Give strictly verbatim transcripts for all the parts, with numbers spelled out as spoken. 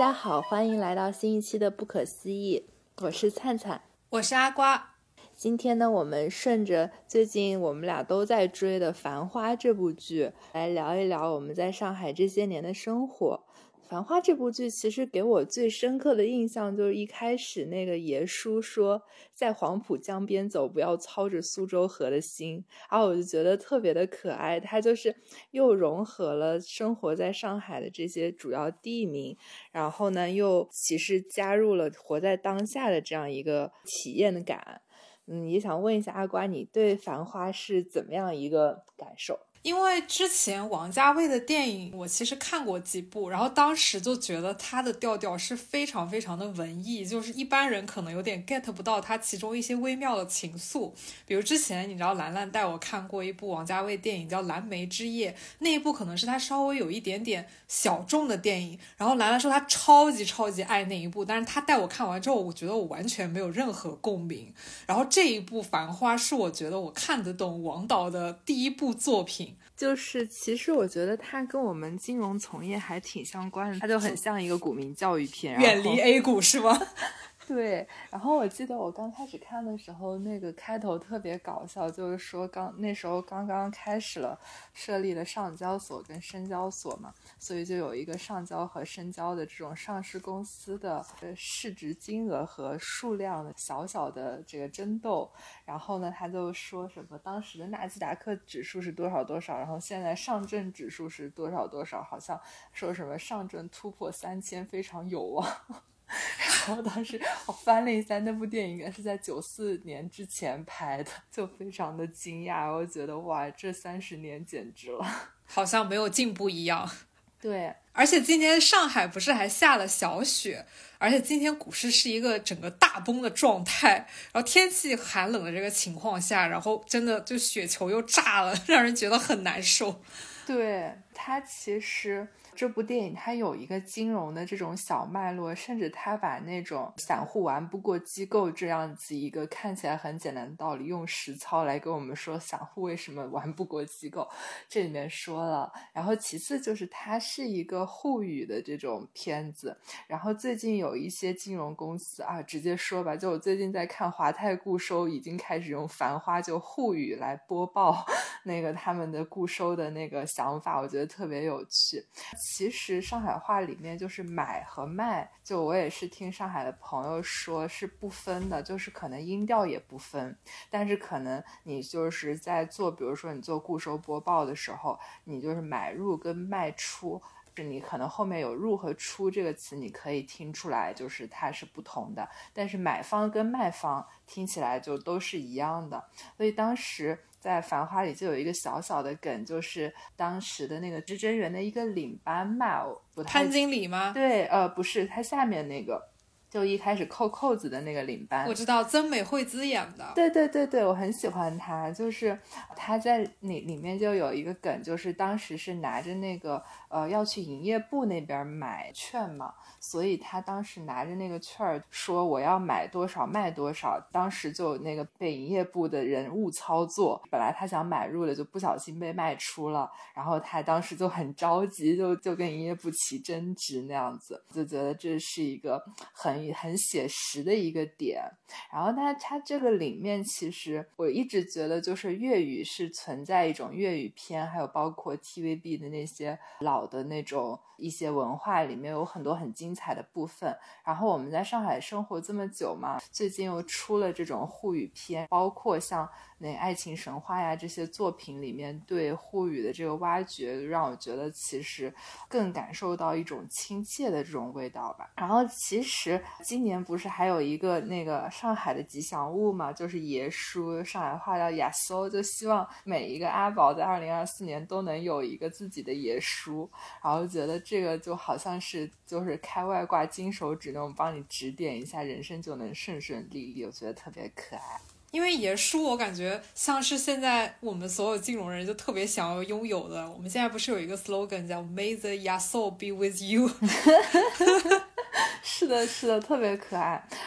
家好，欢迎来到新一期的不可思议，我是灿灿， 我是阿瓜。 今天呢，我们顺着最近我们俩都在追的《繁花》这部剧来聊一聊我们在上海这些年的生活。《繁花》这部剧其实给我最深刻的印象就是一开始那个爷叔说在黄浦江边走，不要操着苏州河的心，然后我就觉得特别的可爱，他就是又融合了生活在上海的这些主要地名，然后呢又其实加入了活在当下的这样一个体验的感。嗯，也想问一下阿瓜，你对《繁花》是怎么样一个感受？ 因为之前王家卫的电影我其实看过几部，然后当时就觉得他的调调是非常非常的文艺，就是一般人可能有点 get 不到他其中一些微妙的情愫。比如之前你知道兰兰带我看过一部王家卫电影叫《蓝莓之夜》，那一部可能是他稍微有一点点小众的电影，然后兰兰说他超级超级爱那一部，但是他带我看完之后我觉得我完全没有任何共鸣。然后这一部《繁花》是我觉得我看得懂王导的第一部作品， 就是其实我觉得它跟我们金融从业还挺相关的，它就很像一个股民教育片， 远离 A 股是吗？ 对，然后我记得我刚开始看的时候，那个开头特别搞笑，就是说刚那时候刚刚开始了设立了上交所跟深交所嘛，所以就有一个上交和深交的这种上市公司的市值金额和数量的小小的这个争斗，然后呢他就说什么当时的纳斯达克指数是多少多少，然后现在上证指数是多少多少，好像说什么上证突破三千非常有望。然后当时我翻了一下，那部电影应该是在九四年之前拍的，就非常的惊讶，我觉得哇，这三十年简直了， 好像没有进步一样。 对， 而且今天上海不是还下了小雪，而且今天股市是一个整个大崩的状态，然后天气寒冷的这个情况下，然后真的就雪球又炸了，让人觉得很难受。 对，它其实这部电影它有一个金融的这种小脉络，甚至它把那种散户玩不过机构这样子一个看起来很简单的道理，用实操来跟我们说散户为什么玩不过机构，这里面说了。然后其次就是它是一个沪语的这种片子，然后最近有一些金融公司啊，直接说吧，就我最近在看华泰固收已经开始用繁花就沪语来播报那个他们的固收的那个想法，我觉得特别有趣。其实上海话里面就是买和卖，就我也是听上海的朋友说是不分的，就是可能音调也不分，但是可能你就是在做比如说你做固收播报的时候，你就是买入跟卖出，是你可能后面有入和出这个词你可以听出来就是它是不同的，但是买方跟卖方听起来就都是一样的。所以当时在繁花里就有一个小小的梗，就是当时的那个支真园的一个领班嘛，不太潘经理吗？ 对，呃，不是，他下面那个就一开始扣扣子的那个领班， 我知道曾美惠孜演的。 对对对对，我很喜欢他，就是他在里里面就有一个梗，就是当时是拿着那个呃要去营业部那边买券嘛，所以他当时拿着那个券说我要买多少卖多少，当时就那个被营业部的人误操作，本来他想买入的就不小心被卖出了，然后他当时就很着急，就就跟营业部起争执那样子，就觉得这是一个很很写实的一个点。然后它它这个里面其实我一直觉得就是粤语是存在一种粤语片，还有包括 T V B 的那些老的那种一些文化里面有很多很精彩的部分。然后我们在上海生活这么久嘛，最近又出了这种沪语片，包括像那爱情神话呀这些作品里面对沪语的这个挖掘，让我觉得其实更感受到一种亲切的这种味道吧。然后其实今年不是还有一个那个上海的吉祥物嘛，就是爷叔，上海话叫亚搜，就希望每一个阿宝在二零二四年都能有一个自己的爷叔，然后觉得这个就好像是就是开外挂金手指那种帮你指点一下，人生就能顺顺利利，我觉得特别可爱。 因为爷叔我感觉像是现在我们所有金融人就特别想要拥有的，我们现在不是有一个 slogan 叫 May the Yasuo be with you 是的是的，特别可爱。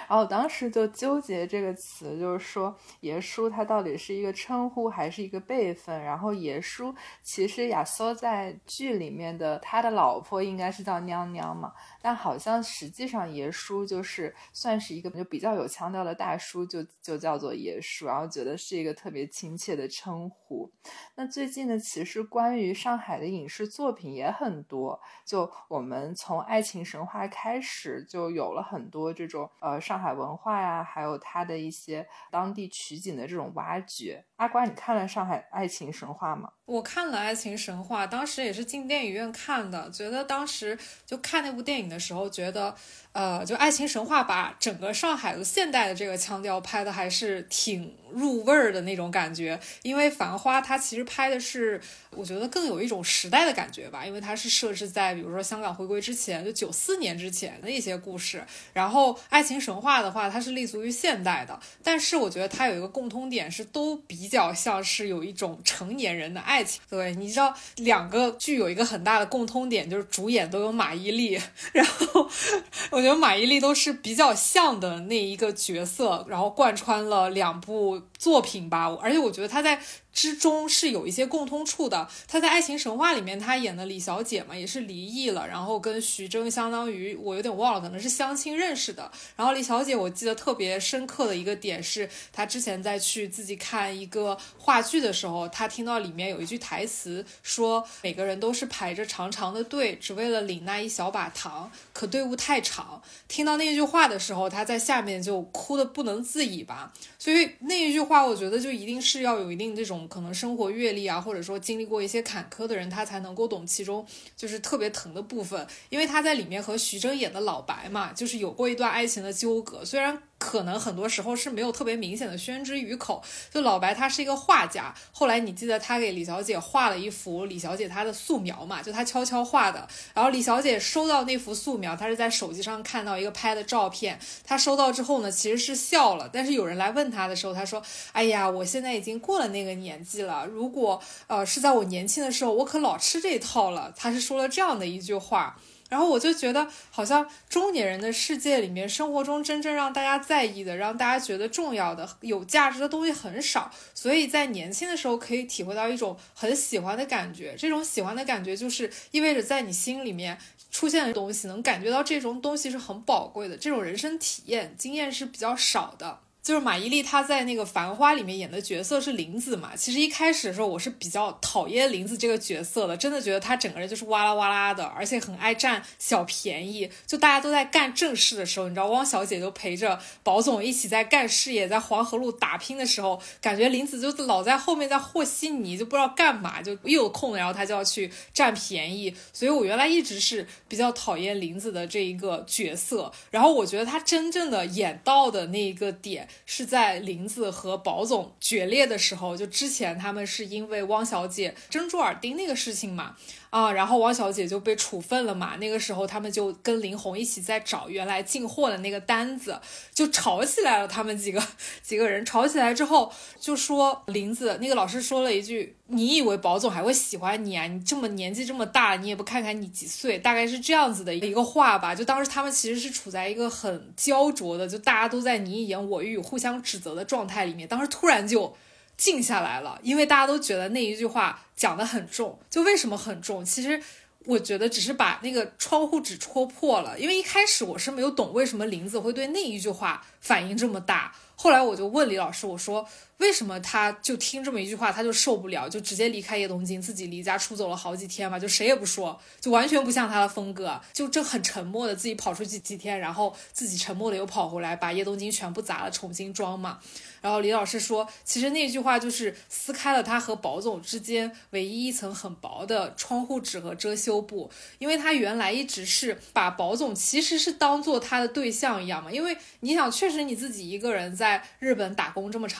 然后我当时就纠结这个词，就是说爷叔他到底是一个称呼还是一个辈分。然后爷叔其实亚瑟在剧里面的他的老婆应该是叫娘娘嘛，但好像实际上爷叔就是算是一个就比较有腔调的大叔，就就叫做爷叔，然后觉得是一个特别亲切的称呼。那最近呢，其实关于上海的影视作品也很多，就我们从爱情神话开始就有了很多这种呃上海文化呀，还有它的一些当地取景的这种挖掘。阿瓜，你看了上海爱情神话吗？ 我看了《爱情神话》，当时也是进电影院看的，觉得当时就看那部电影的时候，觉得呃，就《爱情神话》把整个上海的现代的这个腔调拍的还是挺入味儿的那种感觉。因为《繁花》它其实拍的是，我觉得更有一种时代的感觉吧，因为它是设置在比如说香港回归之前，就九四年之前的一些故事。然后《爱情神话》的话，它是立足于现代的，但是我觉得它有一个共通点是都比较像是有一种成年人的爱。爱情，对，你知道两个剧有一个很大的共通点，就是主演都有马伊琍，然后我觉得马伊琍都是比较像的那一个角色，然后贯穿了两部作品吧，而且我觉得她在之中是有一些共通处的。她在《爱情神话》里面她演的李小姐嘛，也是离异了，然后跟徐峥相当于我有点忘了，可能是相亲认识的。然后李小姐我记得特别深刻的一个点是，她之前在去自己看一个话剧的时候，她听到里面有一句台词说，每个人都是排着长长的队，只为了领那一小把糖，可队伍太长。听到那句话的时候，她在下面就哭得不能自已吧。所以那一句话我觉得就一定是要有一定这种可能生活阅历啊，或者说经历过一些坎坷的人，他才能够懂其中就是特别疼的部分。因为他在里面和徐峥演的老白嘛，就是有过一段爱情的纠葛，虽然可能很多时候是没有特别明显的宣之于口。就老白他是一个画家，后来你记得他给李小姐画了一幅李小姐她的素描嘛，就他悄悄画的。然后李小姐收到那幅素描，她是在手机上看到一个拍的照片，她收到之后呢其实是笑了，但是有人来问她的时候，她说哎呀，我现在已经过了那个年纪了，如果呃是在我年轻的时候，我可老吃这一套了。她是说了这样的一句话。然后我就觉得好像中年人的世界里面，生活中真正让大家在意的，让大家觉得重要的有价值的东西很少，所以在年轻的时候可以体会到一种很喜欢的感觉。这种喜欢的感觉就是意味着在你心里面出现的东西，能感觉到这种东西是很宝贵的，这种人生体验经验是比较少的。就是马伊琍她在那个《繁花》里面演的角色是林子嘛，其实一开始的时候我是比较讨厌林子这个角色的，真的觉得她整个人就是哇啦哇啦的，而且很爱占小便宜。就大家都在干正事的时候，你知道汪小姐就陪着宝总一起在干事业，在黄河路打拼的时候，感觉林子就老在后面在和稀泥，就不知道干嘛，就一有空然后她就要去占便宜。所以我原来一直是比较讨厌林子的这一个角色，然后我觉得她真正的演到的那一个点是在林子和宝总决裂的时候，就之前他们是因为汪小姐珍珠耳钉那个事情嘛，啊，然后汪小姐就被处分了嘛，那个时候他们就跟林红一起在找原来进货的那个单子，就吵起来了。他们几个几个人吵起来之后，就说林子那个老师说了一句，你以为宝总还会喜欢你啊？你这么年纪这么大，你也不看看你几岁，大概是这样子的一个话吧。就当时他们其实是处在一个很焦灼的，就大家都在你一言我一语互相指责的状态里面，当时突然就静下来了，因为大家都觉得那一句话讲得很重。就为什么很重，其实我觉得只是把那个窗户纸戳破了。因为一开始我是没有懂为什么林子会对那一句话反应这么大，后来我就问李老师，我说为什么他就听这么一句话他就受不了，就直接离开叶东京，自己离家出走了好几天嘛，就谁也不说，就完全不像他的风格，就这很沉默的自己跑出去几天，然后自己沉默的又跑回来，把叶东京全部砸了重新装嘛。然后李老师说，其实那句话就是撕开了他和宝总之间唯一一层很薄的窗户纸和遮羞布。因为他原来一直是把宝总其实是当做他的对象一样嘛，因为你想确实你自己一个人在日本打工这么长时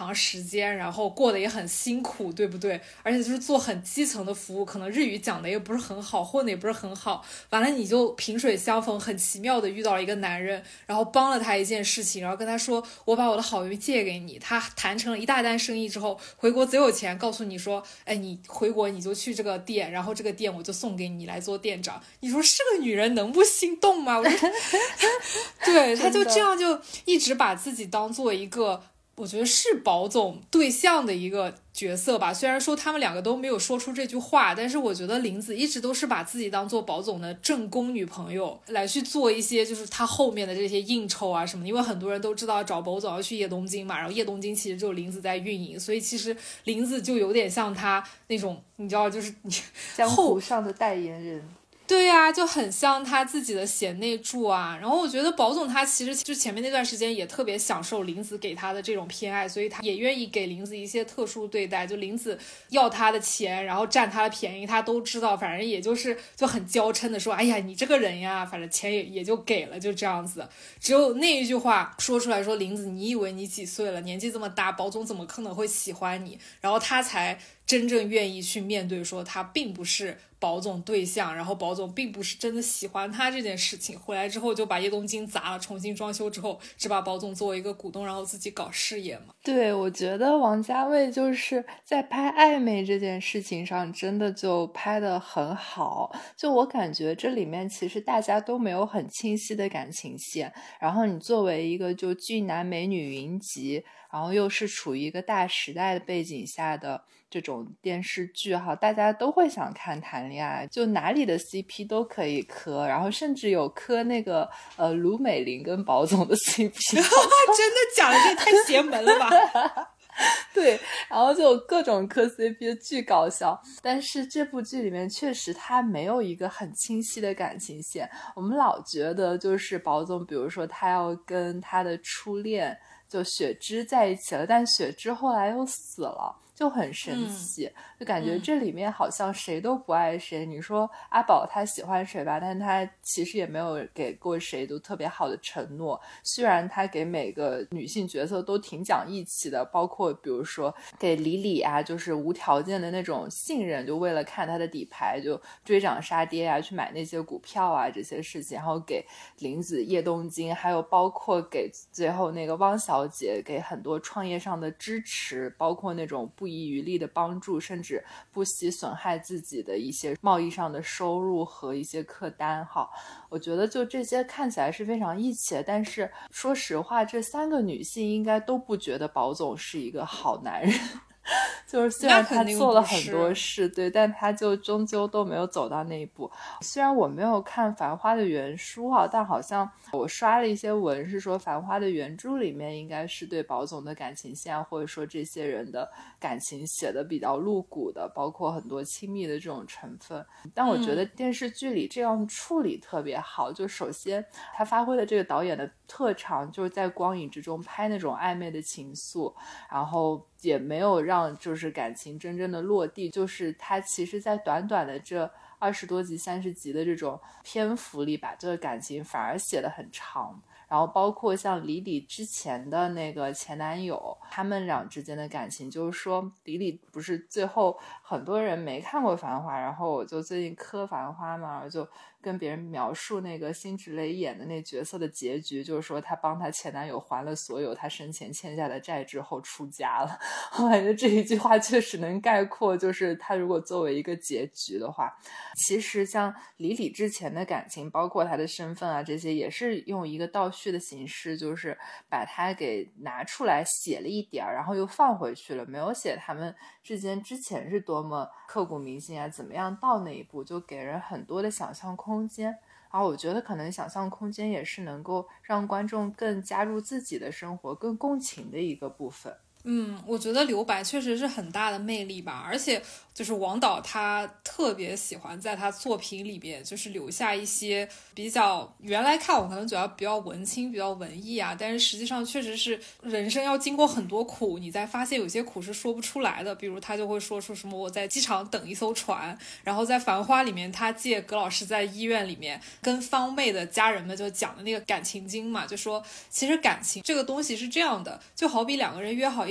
间，然后过得也很辛苦，对不对？而且就是做很基层的服务，可能日语讲的也不是很好，混的也不是很好，完了你就萍水相逢，很奇妙的遇到了一个男人，然后帮了他一件事情，然后跟他说我把我的好运借给你，他谈成了一大单生意之后，回国贼有钱，告诉你说，哎，你回国你就去这个店，然后这个店我就送给你来做店长，你说是个女人能不心动吗？我就对，他就这样就一直把自己当做一个我觉得是宝总对象的一个角色吧，虽然说他们两个都没有说出这句话，但是我觉得林子一直都是把自己当做宝总的正宫女朋友来去做一些就是他后面的这些应酬啊什么的，因为很多人都知道找宝总要去叶东京嘛，然后叶东京其实只有林子在运营，所以其实林子就有点像他那种你知道就是江湖上的代言人。 对呀、啊，就很像他自己的贤内助啊。然后我觉得宝总他其实就前面那段时间也特别享受林子给他的这种偏爱，所以他也愿意给林子一些特殊对待。就林子要他的钱，然后占他的便宜，他都知道，反正也就是就很娇嗔的说：“哎呀，你这个人呀，反正钱也也就给了，就这样子。”只有那一句话说出来说：“林子，你以为你几岁了？年纪这么大，宝总怎么可能会喜欢你？”然后他才真正愿意去面对说他并不是宝总对象，然后宝总并不是真的喜欢他这件事情。回来之后就把叶东京砸了，重新装修之后只把宝总作为一个股东，然后自己搞事业嘛。 对，我觉得王家卫就是在拍暧昧这件事情上真的就拍得很好，就我感觉这里面其实大家都没有很清晰的感情线，然后你作为一个就俊男美女云集，然后又是处于一个大时代的背景下的这种电视剧哈，大家都会想看谈恋爱，就哪里的 C P 都可以磕，然后甚至有磕那个呃卢美玲跟宝总的 C P 真的假的？这太邪门了吧对，然后就有各种磕 C P 的巨搞笑，但是这部剧里面确实它没有一个很清晰的感情线，我们老觉得就是宝总比如说他要跟他的初恋就雪芝在一起了，但雪芝后来又死了，就很神奇、嗯、就感觉这里面好像谁都不爱谁、嗯、你说阿宝他喜欢谁吧，但他其实也没有给过谁都特别好的承诺，虽然他给每个女性角色都挺讲义气的，包括比如说给李李啊就是无条件的那种信任，就为了看他的底牌就追涨杀跌啊，去买那些股票啊这些事情，然后给林子叶东京，还有包括给最后那个汪小姐给很多创业上的支持，包括那种不遗余力的帮助，甚至不惜损害自己的一些贸易上的收入和一些客单哈。我觉得就这些看起来是非常义气的，但是说实话这三个女性应该都不觉得宝总是一个好男人就是虽然他做了很多事，对，但他就终究都没有走到那一步。虽然我没有看《繁花》的原书啊，但好像我刷了一些文是说《繁花》的原著里面应该是对宝总的感情线或者说这些人的感情写的比较露骨的，包括很多亲密的这种成分。但我觉得电视剧里这样处理特别好、嗯、就首先他发挥了这个导演的特长，就是在光影之中拍那种暧昧的情愫，然后也没有让就是感情真正的落地，就是他其实在短短的这二十多集三十集的这种篇幅里把这个感情反而写得很长。然后包括像李李之前的那个前男友，他们俩之间的感情，就是说李李不是最后很多人没看过繁花，然后我就最近磕繁花嘛，我就跟别人描述那个辛芷蕾演的那角色的结局，就是说她帮她前男友还了所有她生前欠下的债之后出家了。我感觉这一句话确实能概括，就是她如果作为一个结局的话，其实像李李之前的感情，包括她的身份啊这些，也是用一个倒叙的形式，就是把她给拿出来写了一点，然后又放回去了，没有写他们之间之前是多么刻骨铭心啊，怎么样到那一步，就给人很多的想象空间。然后我觉得可能想象空间也是能够让观众更加入自己的生活，更共情的一个部分。 嗯，我觉得留白确实是很大的魅力吧，而且就是王导他特别喜欢在他作品里边就是留下一些比较原来看我可能主要比较文青比较文艺啊，但是实际上确实是人生要经过很多苦，你才发现有些苦是说不出来的。比如他就会说出什么我在机场等一艘船，然后在繁花里面他借葛老师在医院里面跟方妹的家人们就讲的那个感情经嘛，就说其实感情这个东西是这样的，就好比两个人约好一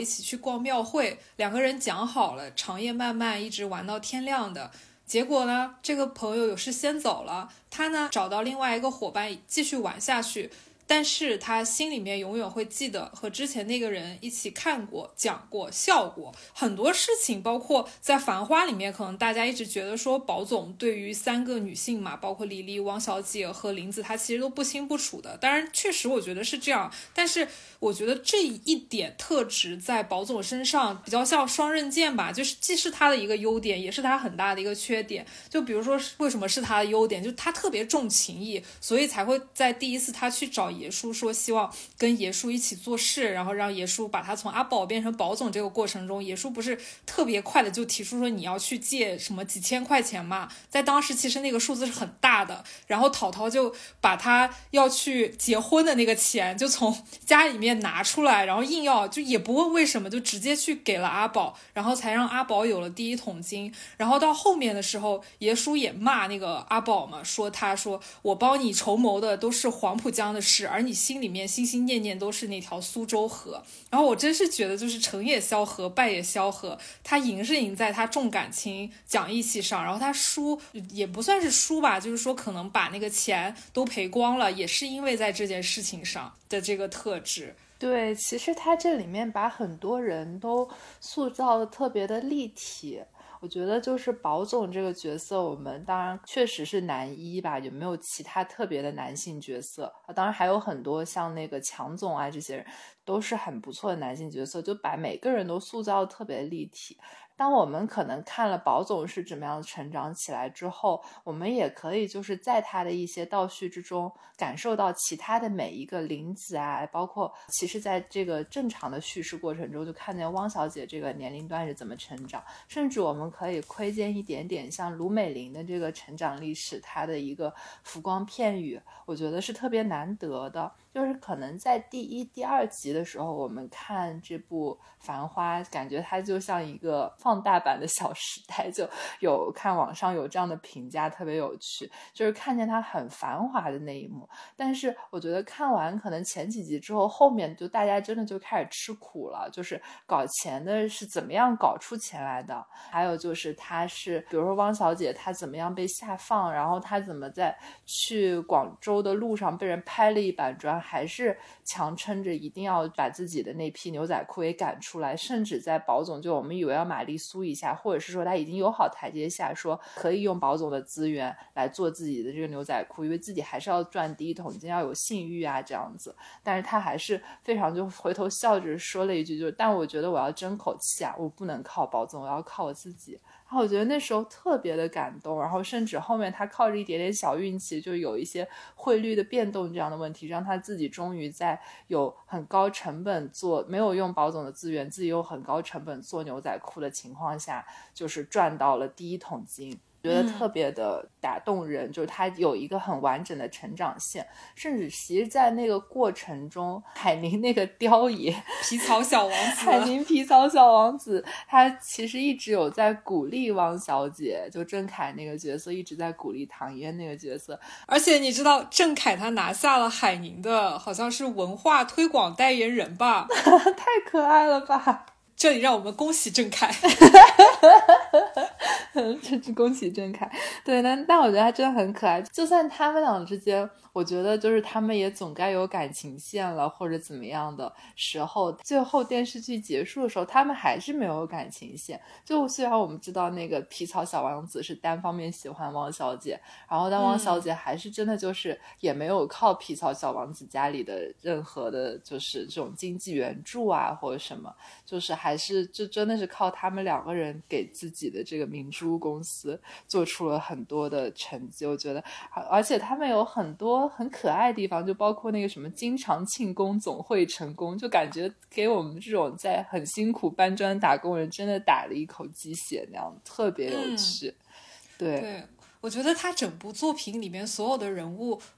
一起去逛庙会，两个人讲好了长夜漫漫一直玩到天亮的。结果呢，这个朋友有事先走了，他呢找到另外一个伙伴继续玩下去，但是他心里面永远会记得和之前那个人一起看过、讲过、笑过很多事情，包括在《繁花》里面，可能大家一直觉得说宝总对于三个女性嘛，包括李丽、汪小姐和林子，他其实都不清不楚的。当然，确实我觉得是这样，但是我觉得这一点特质在宝总身上比较像双刃剑吧，就是既是他的一个优点，也是他很大的一个缺点。就比如说为什么是他的优点，就他特别重情义，所以才会在第一次他去找爷叔说希望跟爷叔一起做事，然后让爷叔把他从阿宝变成宝总这个过程中，爷叔不是特别快的就提出说你要去借什么几千块钱嘛，在当时其实那个数字是很大的，然后淘淘就把他要去结婚的那个钱就从家里面拿出来，然后硬要就也不问为什么就直接去给了阿宝，然后才让阿宝有了第一桶金。然后到后面的时候，爷叔也骂那个阿宝嘛，说他说我帮你筹谋的都是黄浦江的事，而你心里面心心念念都是那条苏州河。然后我真是觉得就是成也萧何败也萧何，他赢是赢在他重感情讲义气上，然后他输也不算是输吧，就是说可能把那个钱都赔光了，也是因为在这件事情上的这个特质。 对，其实他这里面把很多人都塑造的特别的立体。我觉得就是宝总这个角色，我们当然确实是男一吧，有没有其他特别的男性角色啊？当然还有很多像那个强总啊，这些人都是很不错的男性角色，就把每个人都塑造的特别立体。当我们可能看了宝总是怎么样成长起来之后，我们也可以就是在他的一些倒叙之中感受到其他的每一个林子啊，包括其实在这个正常的叙事过程中就看见汪小姐这个年龄段是怎么成长，甚至我们可以窥见一点点像卢美玲的这个成长历史，她的一个浮光片语，我觉得是特别难得的。就是可能在第一、第二集的时候，我们看这部《繁花》，感觉它就像一个放大版的《小时代》，就有看网上有这样的评价，特别有趣，就是看见它很繁华的那一幕。但是我觉得看完可能前几集之后，后面就大家真的就开始吃苦了，就是搞钱的是怎么样搞出钱来的，还有就是他是比如说汪小姐她怎么样被下放，然后她怎么在去广州的路上被人拍了一板砖，还是强撑着一定要把自己的那批牛仔裤给赶出来，甚至在宝总就我们以为要玛丽苏一下，或者是说他已经有好台阶下，说可以用宝总的资源来做自己的这个牛仔裤，因为自己还是要赚第一桶金，要有信誉啊这样子。但是他还是非常就回头笑着说了一句，就是但我觉得我要争口气啊，我不能靠宝总，我要靠我自己。然后我觉得那时候特别的感动，然后甚至后面他靠着一点点小运气，就有一些汇率的变动这样的问题，让他自己终于在有很高成本做，没有用宝总的资源，自己有很高成本做牛仔裤的情况下，就是赚到了第一桶金。觉得特别的打动人、嗯、就是他有一个很完整的成长线，甚至其实在那个过程中，海宁那个雕爷皮草小王子海宁皮草小王子他其实一直有在鼓励汪小姐，就郑恺那个角色一直在鼓励唐嫣那个角色。 而且你知道郑恺他拿下了海宁的好像是文化推广代言人吧太可爱了吧， 这里让我们恭喜郑恺这是恭喜郑恺。对，但但我觉得他真的很可爱，就算他们俩之间我觉得就是他们也总该有感情线了或者怎么样的时候，最后电视剧结束的时候他们还是没有感情线。就虽然我们知道那个皮草小王子是单方面喜欢汪小姐，然后但汪小姐还是真的就是也没有靠皮草小王子家里的任何的就是这种经济援助啊或者什么，就是还是就真的是靠他们两个人给自己的这个明珠公司做出了很多的成绩。我觉得而且他们有很多很可爱的地方，就包括那个什么经常庆功总会成功，就感觉给我们这种在很辛苦搬砖打工人真的打了一口鸡血那样，特别有趣、嗯、对对，我觉得他整部作品里面所有的人物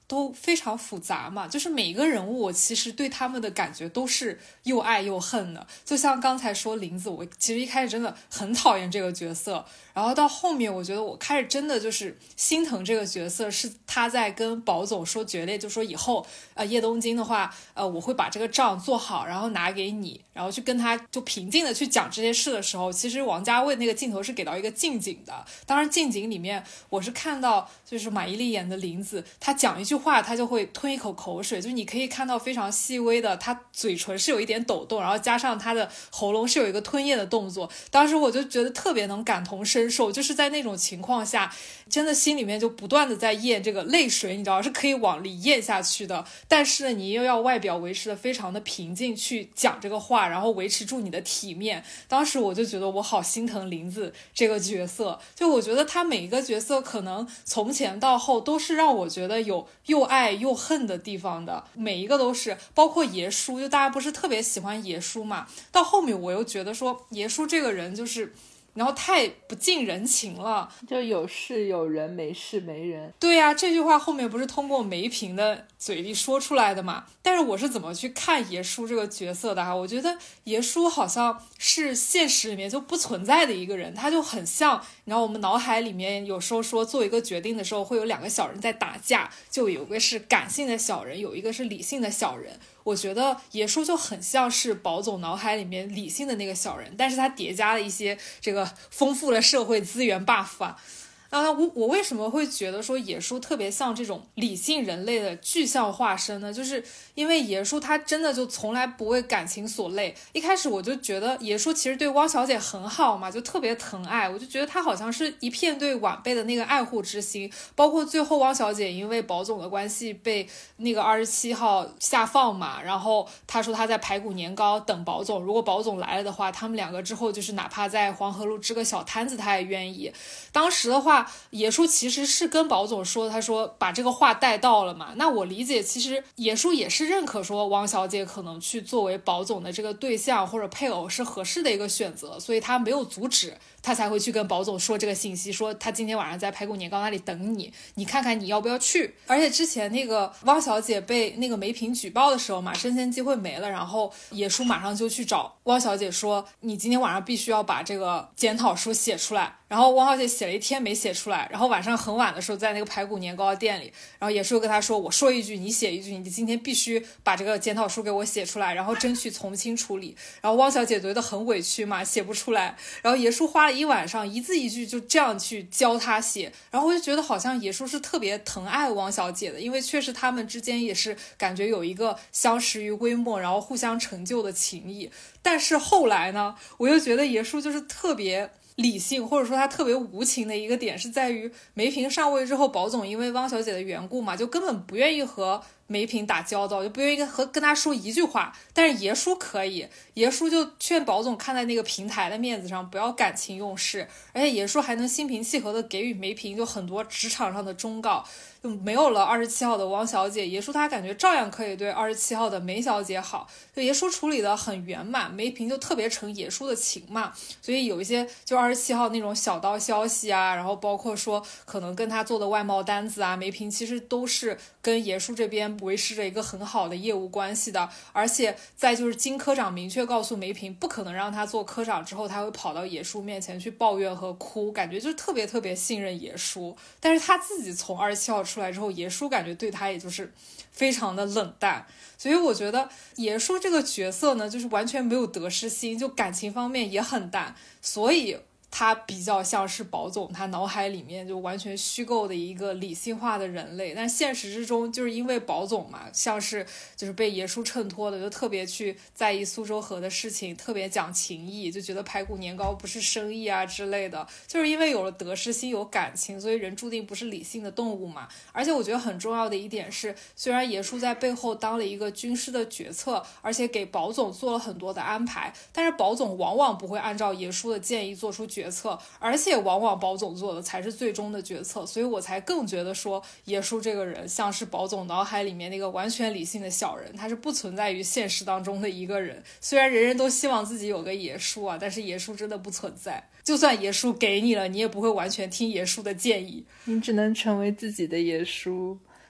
都非常复杂嘛，就是每一个人物我其实对他们的感觉都是又爱又恨的。就像刚才说林子，我其实一开始真的很讨厌这个角色，然后到后面我觉得我开始真的就是心疼这个角色，是他在跟宝总说决裂，就说以后呃叶东京的话呃我会把这个账做好，然后拿给你，然后去跟他就平静的去讲这些事的时候，其实王家卫那个镜头是给到一个近景的。当然近景里面我是看到就是马伊琍演的林子，她讲一句话他就会吞一口口水，就是你可以看到非常细微的他嘴唇是有一点抖动，然后加上他的喉咙是有一个吞咽的动作。当时我就觉得特别能感同身受，就是在那种情况下真的心里面就不断的在咽这个泪水，你知道是可以往里咽下去的，但是你又要外表维持的非常的平静去讲这个话，然后维持住你的体面。当时我就觉得我好心疼林子这个角色，就我觉得他每一个角色可能从前到后都是让我觉得有又爱又恨的地方的，每一个都是。包括爷叔，就大家不是特别喜欢爷叔嘛，到后面我又觉得说爷叔这个人就是然后太不近人情了， 就有事有人没事没人。 对呀、啊，这句话后面不是通过梅萍的嘴里说出来的嘛？但是我是怎么去看爷叔这个角色的哈？我觉得爷叔好像是现实里面就不存在的一个人，他就很像，然后我们脑海里面有时候说做一个决定的时候会有两个小人在打架，就有一个是感性的小人，有一个是理性的小人。我觉得爷叔就很像是宝总脑海里面理性的那个小人，但是他叠加了一些这个丰富的社会资源 buff 啊。那我我为什么会觉得说爷叔特别像这种理性人类的具象化身呢？就是因为爷叔他真的就从来不为感情所累。一开始我就觉得爷叔其实对汪小姐很好嘛，就特别疼爱，我就觉得他好像是一片对晚辈的那个爱护之心。包括最后汪小姐因为宝总的关系被那个二十七号下放嘛，然后他说他在排骨年糕等宝总，如果宝总来了的话，他们两个之后就是哪怕在黄河路支个小摊子他也愿意。当时的话爷叔其实是跟宝总说，他说把这个话带到了嘛，那我理解其实爷叔也是认可说汪小姐可能去作为宝总的这个对象或者配偶是合适的一个选择，所以他没有阻止，他才会去跟宝总说这个信息，说他今天晚上在排骨年糕那里等你，你看看你要不要去。而且之前那个汪小姐被那个梅萍举报的时候嘛，升迁机会没了，然后爷叔马上就去找汪小姐说，你今天晚上必须要把这个检讨书写出来。然后汪小姐写了一天没写出来，然后晚上很晚的时候在那个排骨年糕店里，然后爷叔跟他说，我说一句你写一句，你今天必须把这个检讨书给我写出来，然后争取从轻处理。然后汪小姐觉得很委屈嘛，写不出来，然后爷叔花了一晚上一字一句就这样去教他写。然后我就觉得好像爷叔是特别疼爱汪小姐的，因为确实他们之间也是感觉有一个相识于微末然后互相成就的情谊。但是后来呢，我又觉得爷叔就是特别理性，或者说他特别无情的一个点是在于梅萍上位之后，宝总因为汪小姐的缘故嘛，就根本不愿意和梅萍打交道，就不愿意跟和跟他说一句话。但是爷叔可以，爷叔就劝宝总看在那个平台的面子上不要感情用事，而且爷叔还能心平气和的给予梅萍就很多职场上的忠告。就没有了二十七号的汪小姐，爷叔他感觉照样可以对二十七号的梅小姐好，就爷叔处理的很圆满，梅萍就特别成爷叔的情嘛。所以有一些就二十七号那种小道消息啊，然后包括说可能跟他做的外贸单子啊，梅萍其实都是跟爷叔这边维持着一个很好的业务关系的。而且在就是金科长明确告诉梅萍不可能让他做科长之后，他会跑到爷叔面前去抱怨和哭，感觉就特别特别信任爷叔。但是他自己从二十七号出来之后，爷叔感觉对他也就是非常的冷淡。所以我觉得爷叔这个角色呢，就是完全没有得失心，就感情方面也很淡，所以他比较像是宝总他脑海里面就完全虚构的一个理性化的人类。但现实之中就是因为宝总嘛，像是就是被爷叔衬托的，就特别去在意苏州河的事情，特别讲情义，就觉得排骨年糕不是生意啊之类的。就是因为有了得失心有感情，所以人注定不是理性的动物嘛。而且我觉得很重要的一点是，虽然爷叔在背后当了一个军师的决策，而且给宝总做了很多的安排，但是宝总往往不会按照爷叔的建议做出决策，而且往往宝总做的才是最终的决策。所以我才更觉得说爷叔这个人像是宝总脑海里面那个完全理性的小人，他是不存在于现实当中的一个人。虽然人人都希望自己有个爷叔啊，但是爷叔真的不存在。就算爷叔给你了，你也不会完全听爷叔的建议， 你只能成为自己的爷叔。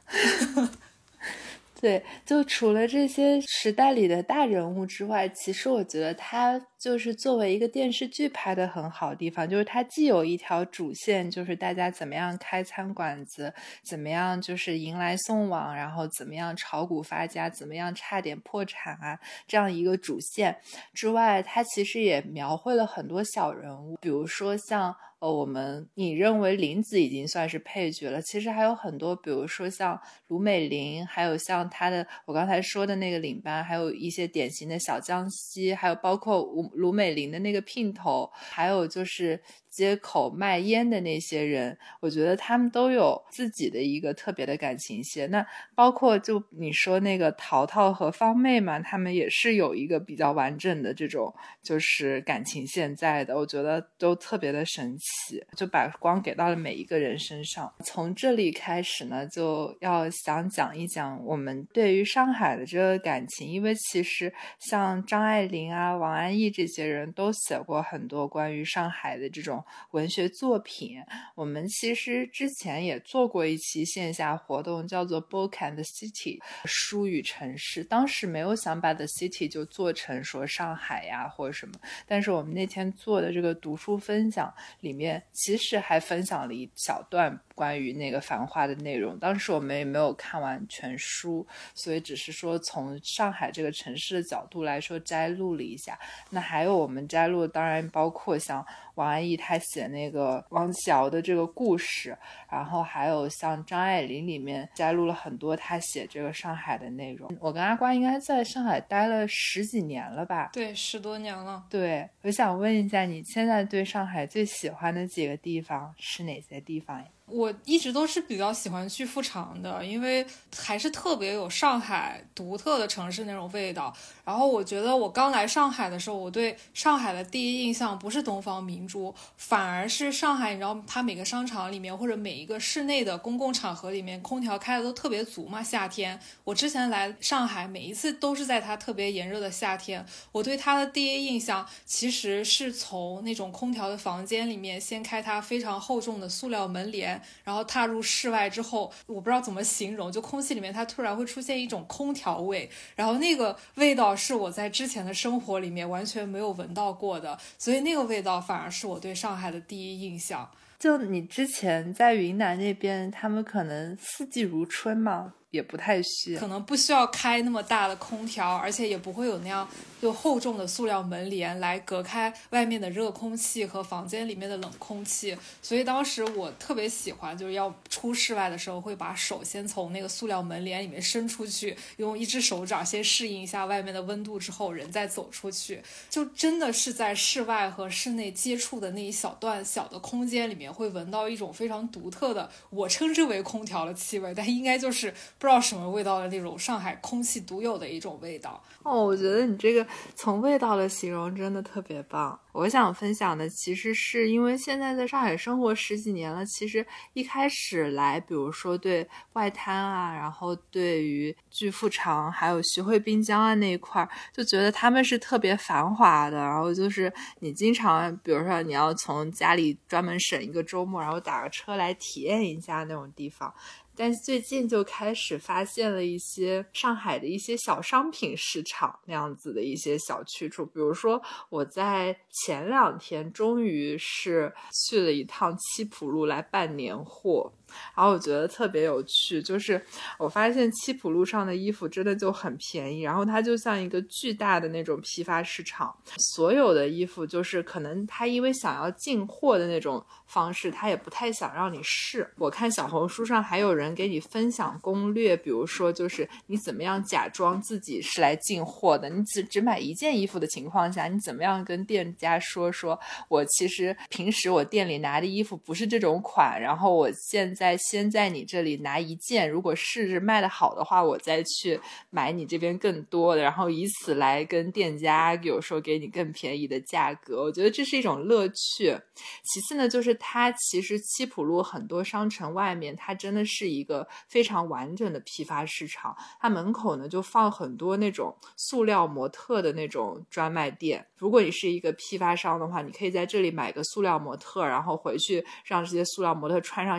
对，就除了这些时代里的大人物之外，其实我觉得它就是作为一个电视剧拍的很好的地方，就是它既有一条主线，就是大家怎么样开餐馆子，怎么样就是迎来送往，然后怎么样炒股发家，怎么样差点破产啊，这样一个主线之外，它其实也描绘了很多小人物，比如说像呃，我们你认为林子已经算是配角了，其实还有很多，比如说像卢美玲，还有像她的我刚才说的那个领班，还有一些典型的小江西，还有包括卢美玲的那个姘头，还有就是街口卖烟的那些人，我觉得他们都有自己的一个特别的感情线。那包括就你说那个淘淘和方妹嘛，他们也是有一个比较完整的这种就是感情线在的，我觉得都特别的神奇，就把光给到了每一个人身上。从这里开始呢，就要想讲一讲我们对于上海的这个感情，因为其实像张爱玲啊、王安忆这些人都写过很多关于上海的这种文学作品。我们其实之前也做过一期线下活动，叫做 Book and City 书与城市，当时没有想把 The City 就做成说上海呀或者什么，但是我们那天做的这个读书分享里面其实还分享了一小段关于那个繁花的内容，当时我们也没有看完全书，所以只是说从上海这个城市的角度来说摘录了一下。那还有我们摘录当然包括像王安忆他写那个王琦瑶的这个故事，然后还有像张爱玲里面摘录了很多他写这个上海的内容。我跟阿瓜应该在上海待了十几年了吧？ 对，十多年了。 对，我想问一下你现在对上海最喜欢的几个地方是哪些地方呀？ 我一直都是比较喜欢巨富长的，因为还是特别有上海独特的城市那种味道。然后我觉得我刚来上海的时候，我对上海的第一印象不是东方明珠，反而是上海，你知道它每个商场里面或者每一个室内的公共场合里面空调开的都特别足嘛，夏天我之前来上海每一次都是在它特别炎热的夏天，我对它的第一印象其实是从那种空调的房间里面掀开它非常厚重的塑料门帘，然后踏入室外之后，我不知道怎么形容，就空气里面它突然会出现一种空调味，然后那个味道是我在之前的生活里面完全没有闻到过的，所以那个味道反而是我对上海的第一印象。 就你之前在云南那边，他们可能四季如春吗？也不太需要， 可能不需要开那么大的空调，而且也不会有那样就厚重的塑料门帘来隔开外面的热空气和房间里面的冷空气，所以当时我特别喜欢就是要出室外的时候会把手先从那个塑料门帘里面伸出去，用一只手掌先适应一下外面的温度之后人再走出去，就真的是在室外和室内接触的那一小段小的空间里面会闻到一种非常独特的，我称之为空调的气味，但应该就是不知道什么味道的那种上海空气独有的一种味道。 哦，我觉得你这个从味道的形容真的特别棒。我想分享的其实是因为现在在上海生活十几年了，其实一开始来比如说对外滩啊，然后对于巨富长还有徐汇滨江啊那一块，就觉得他们是特别繁华的，然后就是你经常比如说你要从家里专门省一个周末，然后打个车来体验一下那种地方。但是最近就开始发现了一些上海的一些小商品市场那样子的一些小去处，比如说我在前两天终于是去了一趟七浦路来办年货，然后我觉得特别有趣，就是我发现七浦路上的衣服真的就很便宜，然后它就像一个巨大的那种批发市场，所有的衣服就是可能它因为想要进货的那种方式，它也不太想让你试。我看小红书上还有人给你分享攻略，比如说就是你怎么样假装自己是来进货的，你只只买一件衣服的情况下，你怎么样跟店家说说我其实平时我店里拿的衣服不是这种款，然后我现在先在你这里拿一件，如果是卖的好的话我再去买你这边更多的，然后以此来跟店家有时候给你更便宜的价格，我觉得这是一种乐趣。其次呢，就是它其实七浦路很多商城外面它真的是一个非常完整的批发市场，它门口呢就放很多那种塑料模特的那种专卖店，如果你是一个批发商的话，你可以在这里买个塑料模特，然后回去让这些塑料模特穿上衣服就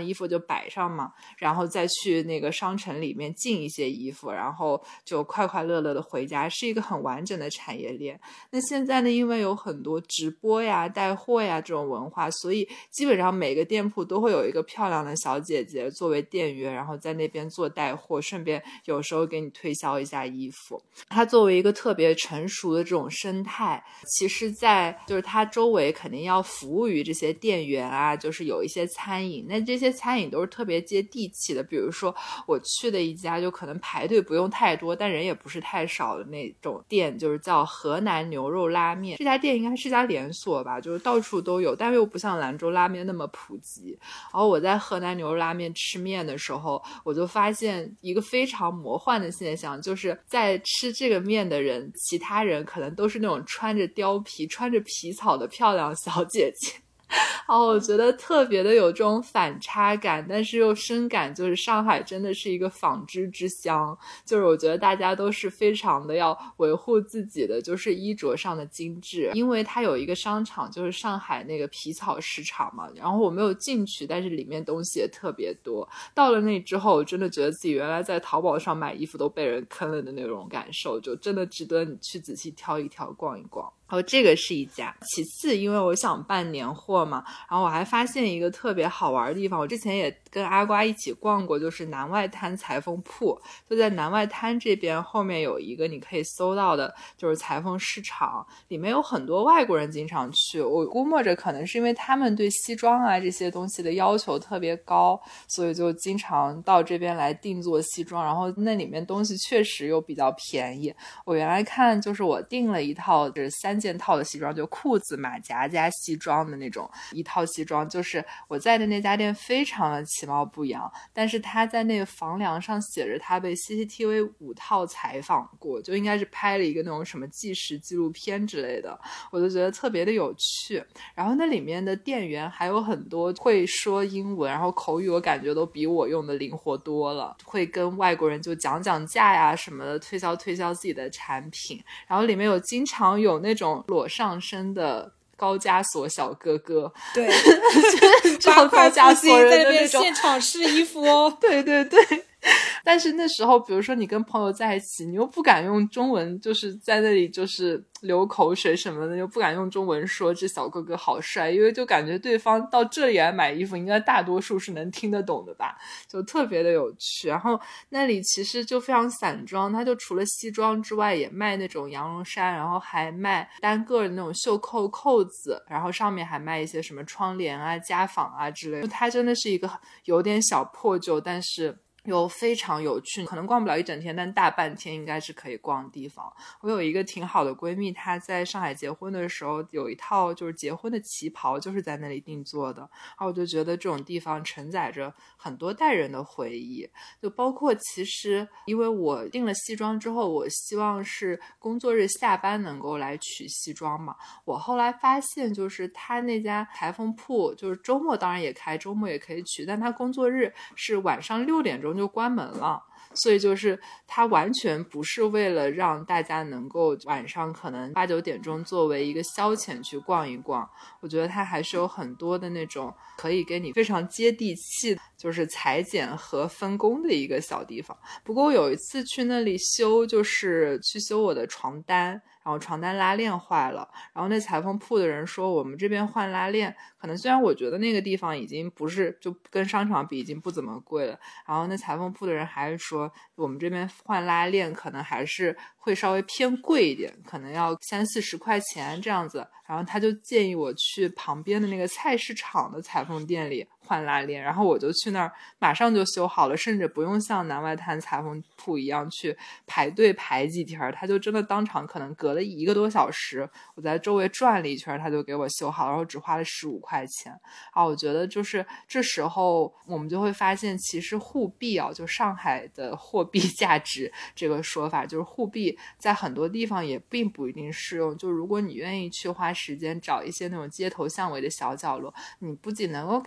摆上嘛，然后再去那个商城里面进一些衣服，然后就快快乐乐的回家，是一个很完整的产业链。那现在呢，因为有很多直播呀带货呀这种文化，所以基本上每个店铺都会有一个漂亮的小姐姐作为店员，然后在那边做带货，顺便有时候给你推销一下衣服。它作为一个特别成熟的这种生态，其实在就是它周围肯定要服务于这些店员啊，就是有一些餐饮，那这些餐饮都是特别接地气的。比如说我去的一家就可能排队不用太多，但人也不是太少的那种店，就是叫河南牛肉拉面。这家店应该是家连锁吧，就是到处都有，但是又不像兰州拉面那么普及。然后我在河南牛肉拉面吃面的时候，我就发现一个非常魔幻的现象，就是在吃这个面的人，其他人可能都是那种穿着貂皮穿着皮草的漂亮小姐姐。哦，我觉得特别的有这种反差感，但是又深感就是上海真的是一个纺织之乡，就是我觉得大家都是非常的要维护自己的就是衣着上的精致。因为它有一个商场就是上海那个皮草市场嘛，然后我没有进去，但是里面东西也特别多。到了那之后，我真的觉得自己原来在淘宝上买衣服都被人坑了的那种感受，就真的值得你去仔细挑一挑逛一逛。哦，这个是一家。其次，因为我想办年货嘛，然后我还发现一个特别好玩的地方，我之前也跟阿瓜一起逛过，就是南外滩裁缝铺。就在南外滩这边后面有一个你可以搜到的就是裁缝市场，里面有很多外国人经常去。我估摸着可能是因为他们对西装啊这些东西的要求特别高，所以就经常到这边来定做西装，然后那里面东西确实又比较便宜。我原来看就是我订了一套就是三件套的西装，就裤子马甲加西装的那种一套西装，就是我在的那家店非常的其貌不扬，但是他在那个房梁上写着他被 C C T V 五套采访过，就应该是拍了一个那种什么纪实纪录片之类的，我就觉得特别的有趣。然后那里面的店员还有很多会说英文，然后口语我感觉都比我用的灵活多了，会跟外国人就讲讲价呀什么的，推销推销自己的产品。然后里面有经常有那种裸上身的高加索小哥哥， 对， 八块高加索人的那种在那边现场试衣服哦。 对对对。但是那时候比如说你跟朋友在一起，你又不敢用中文，就是在那里就是流口水什么的，又不敢用中文说这小哥哥好帅，因为就感觉对方到这里来买衣服应该大多数是能听得懂的吧，就特别的有趣。然后那里其实就非常散装，它就除了西装之外也卖那种羊绒衫，然后还卖单个的那种袖扣扣子，然后上面还卖一些什么窗帘啊家纺啊之类的。它真的是一个有点小破旧但是又非常有趣，可能逛不了一整天，但大半天应该是可以逛的地方。我有一个挺好的闺蜜，她在上海结婚的时候有一套就是结婚的旗袍，就是在那里定做的。然后我就觉得这种地方承载着很多代人的回忆，就包括其实因为我订了西装之后，我希望是工作日下班能够来取西装嘛。我后来发现就是他那家裁缝铺就是周末当然也开，周末也可以取，但他工作日是晚上六点钟就关门了，所以就是它完全不是为了让大家能够晚上可能八九点钟作为一个消遣去逛一逛。我觉得它还是有很多的那种可以给你非常接地气就是裁剪和分工的一个小地方。不过我有一次去那里修，就是去修我的床单，然后床单拉链坏了，然后那裁缝铺的人说我们这边换拉链可能虽然我觉得那个地方已经不是就跟商场比已经不怎么贵了，然后那裁缝铺的人还是说我们这边换拉链可能还是会稍微偏贵一点，可能要三四十块钱这样子。然后他就建议我去旁边的那个菜市场的裁缝店里换拉链，然后我就去那儿马上就修好了，甚至不用像南外滩裁缝铺一样去排队排几天，他就真的当场可能隔了一个多小时，我在周围转了一圈他就给我修好，然后只花了十五块钱。啊，我觉得就是这时候我们就会发现其实沪币啊，就上海的货币价值这个说法，就是沪币在很多地方也并不一定适用，就如果你愿意去花时间找一些那种街头巷尾的小角落，你不仅能够感受到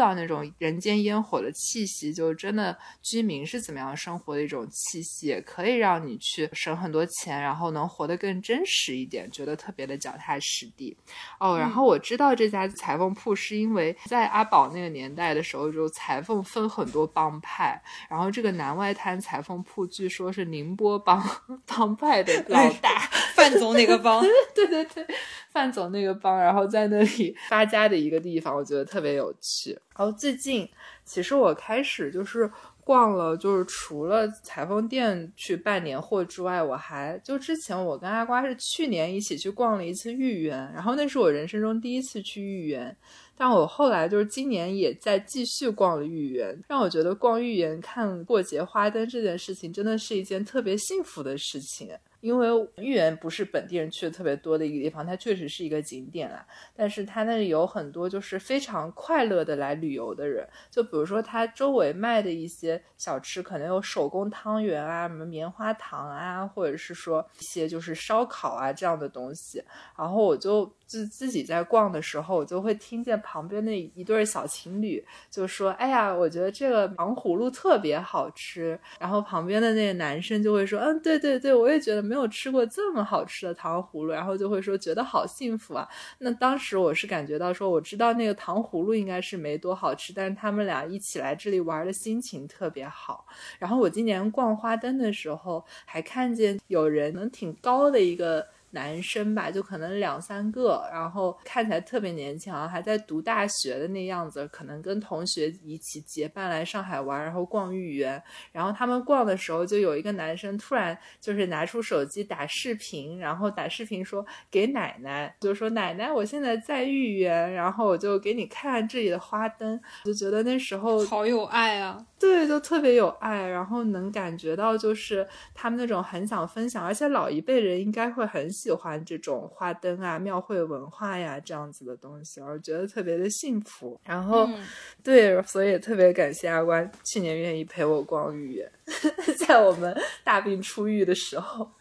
道那种人间烟火的气息，就真的居民是怎么样生活的一种气息，也可以让你去省很多钱，然后能活得更真实一点，觉得特别的脚踏实地。哦，然后我知道这家裁缝铺是因为在阿宝那个年代的时候，就裁缝分很多帮派，然后这个南外滩裁缝铺据说是宁波帮帮派的老大范总那个帮对对对，范总那个帮，然后在那里发家的一个地方，我觉得特别有趣。然后最近其实我开始就是逛了，就是除了裁缝店去办年货之外，我还就之前我跟阿瓜是去年一起去逛了一次豫园，然后那是我人生中第一次去豫园，但我后来就是今年也在继续逛了豫园，让我觉得逛豫园看过节花灯这件事情真的是一件特别幸福的事情。因为豫园不是本地人去的特别多的一个地方，它确实是一个景点啦，但是它那里有很多就是非常快乐的来旅游的人，就比如说它周围卖的一些小吃，可能有手工汤圆啊，什么棉花糖啊，或者是说一些就是烧烤啊这样的东西，然后我就自自己在逛的时候，我就会听见旁边的一对小情侣就说，哎呀，我觉得这个糖葫芦特别好吃，然后旁边的那个男生就会说，嗯，对对对，我也觉得没有吃过这么好吃的糖葫芦，然后就会说觉得好幸福啊。那当时我是感觉到说，我知道那个糖葫芦应该是没多好吃，但是他们俩一起来这里玩的心情特别好。然后我今年逛花灯的时候还看见有人能挺高的一个男生吧，就可能两三个，然后看起来特别年轻，好像还在读大学的那样子，可能跟同学一起结伴来上海玩，然后逛豫园。然后他们逛的时候就有一个男生突然就是拿出手机打视频，然后打视频说给奶奶，就说奶奶我现在在豫园，然后我就给你看这里的花灯，就觉得那时候好有爱啊。 对，就特别有爱，然后能感觉到就是他们那种很想分享，而且老一辈人应该会很喜欢这种花灯啊庙会文化呀这样子的东西，我觉得特别的幸福。然后、嗯、对，所以特别感谢阿关去年愿意陪我逛豫园在我们大病初愈的时候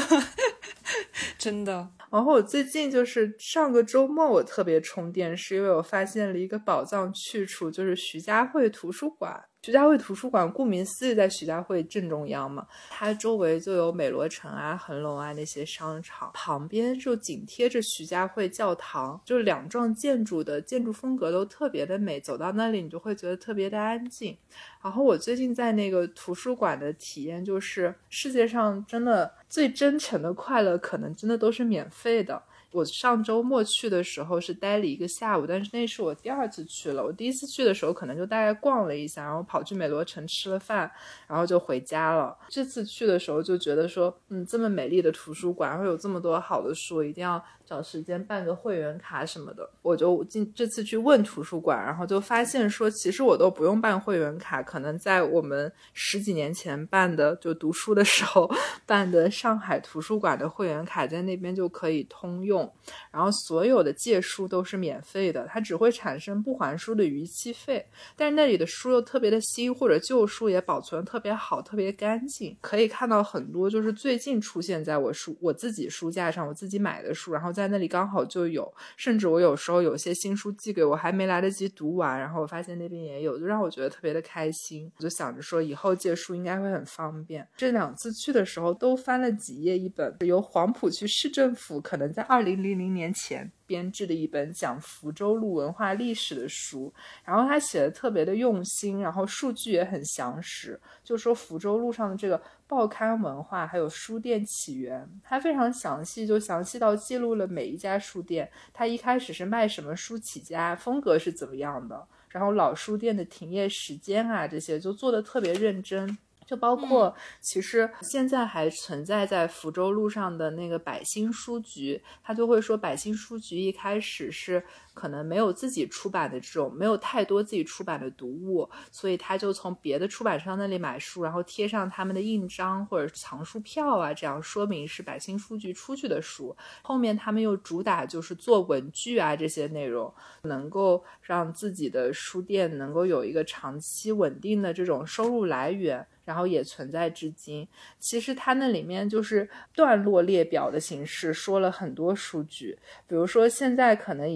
真的。 然后我最近就是上个周末我特别充电，是因为我发现了一个宝藏去处，就是徐家汇图书馆。徐家汇图书馆顾名思义在徐家汇正中央嘛，它周围就有美罗城啊恒隆啊那些商场，旁边就紧贴着徐家汇教堂，就是两幢建筑的建筑风格都特别的美，走到那里你就会觉得特别的安静。然后我最近在那个图书馆的体验就是世界上真的最真诚的快乐可能真的都是免费的。我上周末去的时候是待了一个下午，但是那是我第二次去了。我第一次去的时候可能就大概逛了一下，然后跑去美罗城吃了饭，然后就回家了。这次去的时候就觉得说嗯，这么美丽的图书馆，然后有这么多好的书，一定要找时间办个会员卡什么的。我就进这次去问图书馆，然后就发现说其实我都不用办会员卡，可能在我们十几年前办的就读书的时候办的上海图书馆的会员卡在那边就可以通用，然后所有的借书都是免费的，它只会产生不还书的逾期费，但是那里的书又特别的新，或者旧书也保存特别好特别干净，可以看到很多就是最近出现在我书我自己书架上我自己买的书，然后在那里刚好就有，甚至我有时候有些新书寄给我还没来得及读完，然后我发现那边也有，就让我觉得特别的开心。我就想着说以后借书应该会很方便。这两次去的时候都翻了几页一本由黄浦区市政府可能在二零零零年前编制的一本讲福州路文化历史的书，然后他写的特别的用心，然后数据也很详实，就说福州路上的这个报刊文化还有书店起源，他非常详细，就详细到记录了每一家书店他一开始是卖什么书起家，风格是怎么样的，然后老书店的停业时间啊这些就做得特别认真。就包括其实现在还存在在福州路上的那个百兴书局，他就会说百兴书局一开始是可能没有自己出版的这种没有太多自己出版的读物，所以他就从别的出版商那里买书，然后贴上他们的印章或者藏书票啊，这样说明是百兴书局出去的书。后面他们又主打就是做文具啊这些内容，能够让自己的书店能够有一个长期稳定的这种收入来源，然后也存在至今。其实它那里面就是段落列表的形式说了很多数据，比如说现在可能已经不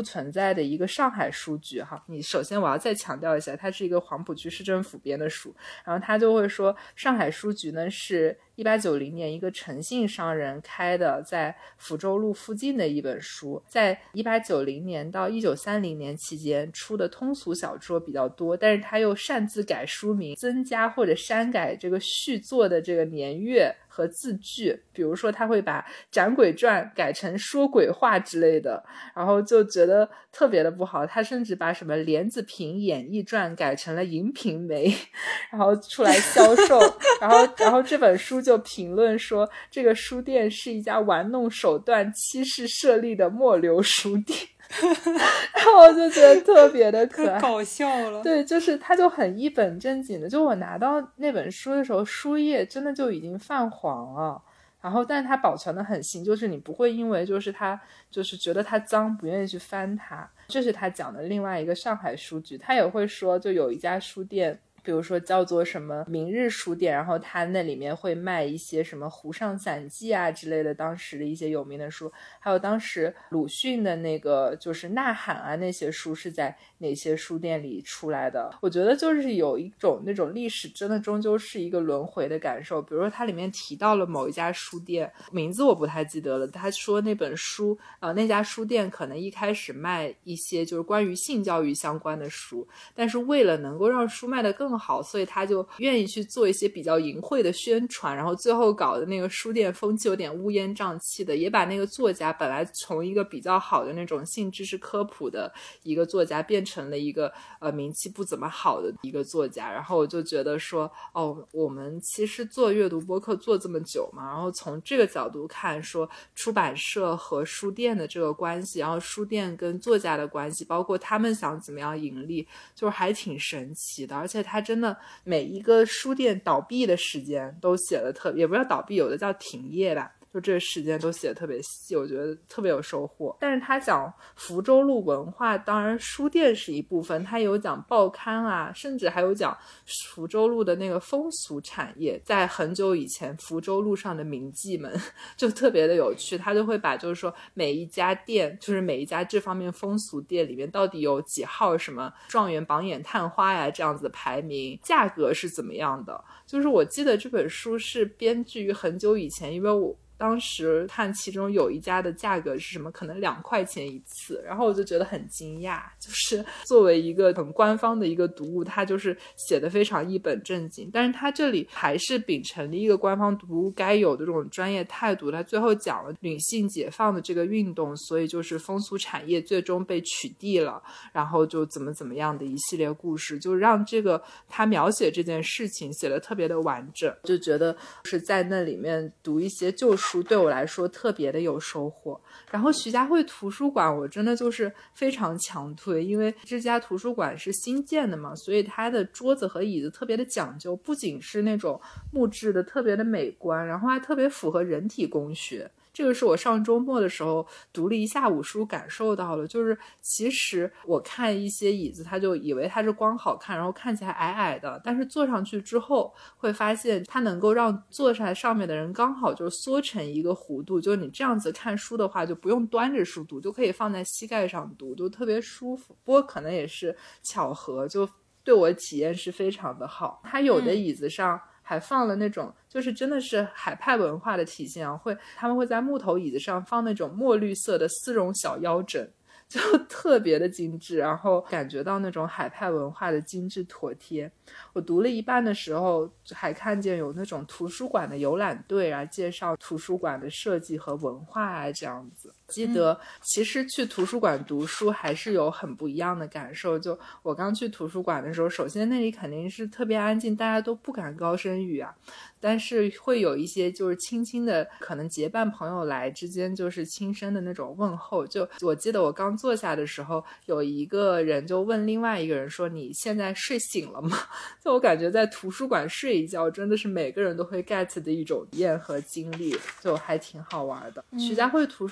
存在的一个上海书局哈。你首先我要再强调一下，它是一个黄浦区市政府编的书，然后他就会说上海书局呢是一八九零年一个诚信商人开的，在福州路附近的一本书，在一八九零年到一九三零年期间出的通俗小说比较多，但是他又擅自改书名，增加或者删改这个续作的这个年月和字句，比如说他会把斩鬼传改成说鬼话之类的，然后就觉得特别的不好。他甚至把什么莲子瓶演义传改成了银瓶梅，然后出来销售然后然后这本书就评论说这个书店是一家玩弄手段欺世设立的末流书店然后我就觉得特别的可爱， 搞笑了。 对，就是他就很一本正经的，就我拿到那本书的时候，书页真的就已经泛黄了，然后但是它保存的很新，就是你不会因为就是它就是觉得它脏不愿意去翻它。这是他讲的另外一个上海书局，他也会说就有一家书店，比如说叫做什么明日书店，然后他那里面会卖一些什么湖上散记啊之类的，当时的一些有名的书，还有当时鲁迅的那个就是呐喊啊，那些书是在哪些书店里出来的。我觉得就是有一种那种历史真的终究是一个轮回的感受。比如说它里面提到了某一家书店，名字我不太记得了，他说那本书呃，那家书店可能一开始卖一些就是关于性教育相关的书，但是为了能够让书卖得更好，所以他就愿意去做一些比较淫秽的宣传，然后最后搞的那个书店风气有点乌烟瘴气的，也把那个作家本来从一个比较好的那种性知识科普的一个作家变成了一个呃名气不怎么好的一个作家。然后我就觉得说哦，我们其实做阅读播客做这么久嘛，然后从这个角度看说出版社和书店的这个关系，然后书店跟作家的关系，包括他们想怎么样盈利，就是还挺神奇的。而且他真的每一个书店倒闭的时间都写的特别，也不叫倒闭，有的叫停业吧，就这个时间都写得特别细，我觉得特别有收获。但是他讲福州路文化，当然书店是一部分，他有讲报刊啊，甚至还有讲福州路的那个风俗产业，在很久以前福州路上的名妓们就特别的有趣。他就会把就是说每一家店，就是每一家这方面风俗店里面到底有几号什么状元榜眼探花呀这样子的排名，价格是怎么样的。就是我记得这本书是编剧于很久以前，因为我当时看其中有一家的价格是什么，可能两块钱一次，然后我就觉得很惊讶，就是作为一个很官方的一个读物，它就是写得非常一本正经，但是它这里还是秉承了一个官方读物该有的这种专业态度。它最后讲了女性解放的这个运动，所以就是风俗产业最终被取缔了，然后就怎么怎么样的一系列故事，就让这个他描写这件事情写得特别的完整，就觉得是在那里面读一些旧书对我来说特别的有收获。然后徐家汇图书馆我真的就是非常强推，因为这家图书馆是新建的嘛，所以它的桌子和椅子特别的讲究，不仅是那种木质的特别的美观，然后还特别符合人体工学。这个是我上周末的时候读了一下午书感受到了，就是其实我看一些椅子他就以为它是光好看，然后看起来矮矮的，但是坐上去之后会发现它能够让坐在上面的人刚好就缩成一个弧度，就是你这样子看书的话就不用端着书读，就可以放在膝盖上读，就特别舒服。不过可能也是巧合，就对我体验是非常的好。它有的椅子上、嗯还放了那种就是真的是海派文化的体现啊，会他们会在木头椅子上放那种墨绿色的丝绒小腰枕，就特别的精致，然后感觉到那种海派文化的精致妥帖。我读了一半的时候还看见有那种图书馆的游览队啊，介绍图书馆的设计和文化啊这样子。记得其实去图书馆读书还是有很不一样的感受。就我刚去图书馆的时候，首先那里肯定是特别安静，大家都不敢高声语啊，但是会有一些就是轻轻的可能结伴朋友来之间就是轻声的那种问候。就我记得我刚坐下的时候，有一个人就问另外一个人说你现在睡醒了吗？就我感觉在图书馆睡一觉真的是每个人都会 get 的一种体验和经历，就还挺好玩的。徐家汇图书馆它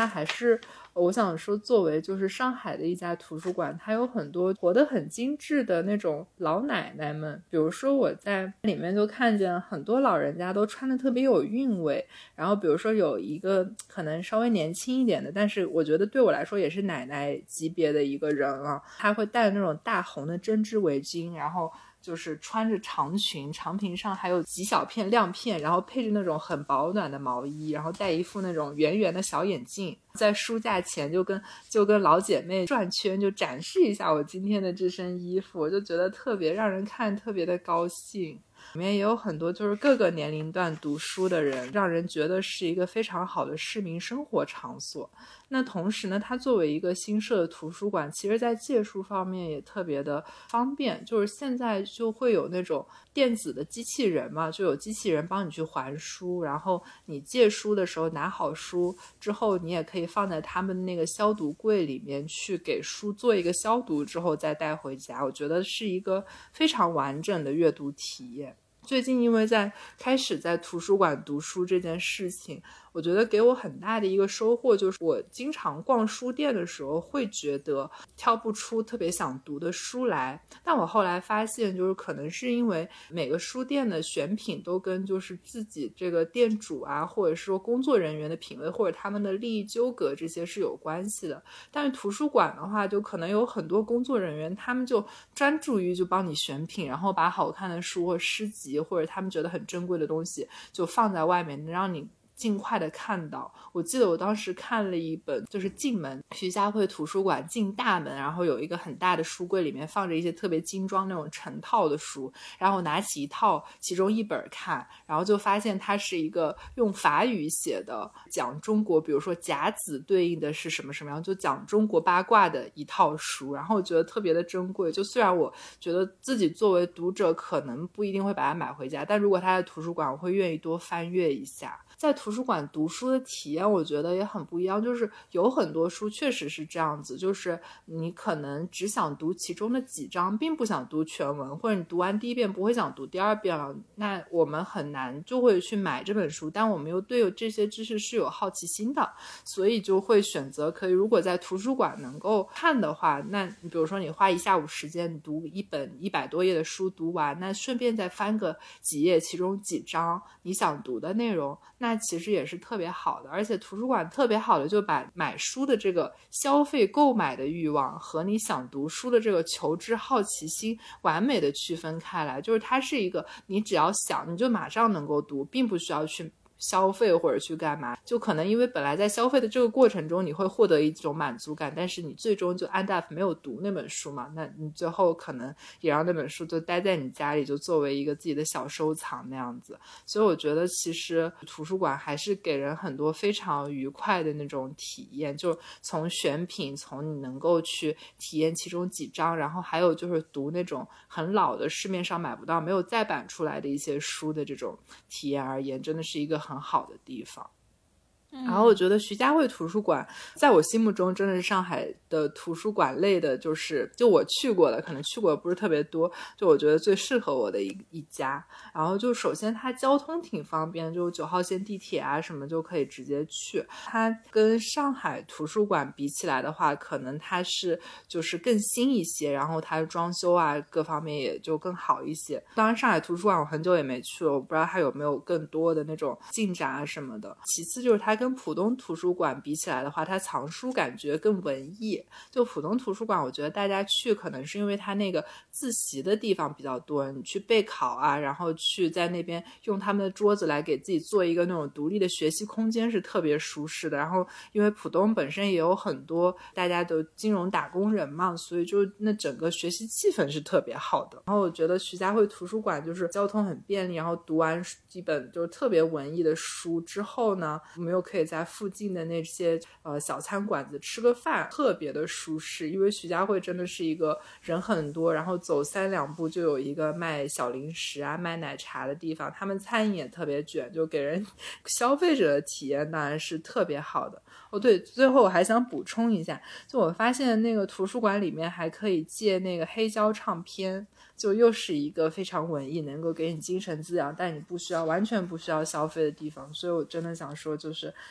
还是我想说作为就是上海的一家图书馆，它有很多活得很精致的那种老奶奶们，比如说我在里面就看见很多老人家都穿的特别有韵味，然后比如说有一个可能稍微年轻一点的，但是我觉得对我来说也是奶奶级别的一个人啊，他会戴那种大红的针织围巾，然后就是穿着长裙，长裙上还有几小片亮片，然后配着那种很保暖的毛衣，然后戴一副那种圆圆的小眼镜，在书架前就跟就跟老姐妹转圈，就展示一下我今天的这身衣服，我就觉得特别让人看特别的高兴。里面也有很多就是各个年龄段读书的人，让人觉得是一个非常好的市民生活场所。那同时呢，它作为一个新设的图书馆，其实在借书方面也特别的方便，就是现在就会有那种电子的机器人嘛，就有机器人帮你去还书，然后你借书的时候拿好书之后，你也可以放在他们那个消毒柜里面去给书做一个消毒之后再带回家，我觉得是一个非常完整的阅读体验。最近因为在开始在图书馆读书这件事情，我觉得给我很大的一个收获，就是我经常逛书店的时候会觉得挑不出特别想读的书来，但我后来发现就是可能是因为每个书店的选品都跟就是自己这个店主啊，或者说工作人员的品味或者他们的利益纠葛这些是有关系的。但是图书馆的话，就可能有很多工作人员他们就专注于就帮你选品，然后把好看的书或诗集或者他们觉得很珍贵的东西就放在外面，让你尽快的看到。我记得我当时看了一本就是进门徐家汇图书馆进大门，然后有一个很大的书柜，里面放着一些特别精装那种成套的书，然后拿起一套其中一本看，然后就发现它是一个用法语写的讲中国，比如说甲子对应的是什么什么样，就讲中国八卦的一套书，然后我觉得特别的珍贵。就虽然我觉得自己作为读者可能不一定会把它买回家，但如果它在图书馆我会愿意多翻阅一下。在图书馆读书的体验我觉得也很不一样，就是有很多书确实是这样子，就是你可能只想读其中的几章，并不想读全文，或者你读完第一遍不会想读第二遍了，那我们很难就会去买这本书，但我们又对这些知识是有好奇心的，所以就会选择可以如果在图书馆能够看的话，那比如说你花一下午时间读一本一百多页的书读完，那顺便再翻个几页其中几章你想读的内容，那其实也是特别好的。而且图书馆特别好的就把买书的这个消费购买的欲望和你想读书的这个求知好奇心完美的区分开来，就是它是一个你只要想你就马上能够读，并不需要去消费或者去干嘛，就可能因为本来在消费的这个过程中你会获得一种满足感，但是你最终就 end up 没有读那本书嘛，那你最后可能也让那本书就待在你家里，就作为一个自己的小收藏那样子。所以我觉得其实图书馆还是给人很多非常愉快的那种体验，就从选品，从你能够去体验其中几章，然后还有就是读那种很老的市面上买不到没有再版出来的一些书的这种体验而言，真的是一个很好的地方。然后我觉得徐家汇图书馆在我心目中真的是上海的图书馆类的，就是就我去过的可能去过的不是特别多，就我觉得最适合我的一一家。然后就首先它交通挺方便，就九号线地铁啊什么就可以直接去。它跟上海图书馆比起来的话，可能它是就是更新一些，然后它的装修啊各方面也就更好一些。当然上海图书馆我很久也没去了，我不知道它有没有更多的那种进展啊什么的。其次就是它跟浦东图书馆比起来的话，它藏书感觉更文艺。就浦东图书馆我觉得大家去可能是因为它那个自习的地方比较多，你去备考啊，然后去在那边用他们的桌子来给自己做一个那种独立的学习空间是特别舒适的。然后因为浦东本身也有很多大家的金融打工人嘛，所以就那整个学习气氛是特别好的。然后我觉得徐家汇图书馆就是交通很便利，然后读完一本就是特别文艺的书之后呢，我们又可以在附近的那些呃小餐馆子吃个饭，特别的舒适。因为徐家汇真的是一个人很多，然后走三两步就有一个卖小零食啊卖奶茶的地方，他们餐饮也特别卷，就给人消费者的体验当然是特别好的。哦对，最后我还想补充一下，就我发现那个图书馆里面还可以借那个黑胶唱片，就又是一个非常文艺能够给你精神滋养但你不需要完全不需要消费的地方。所以我真的想说，就是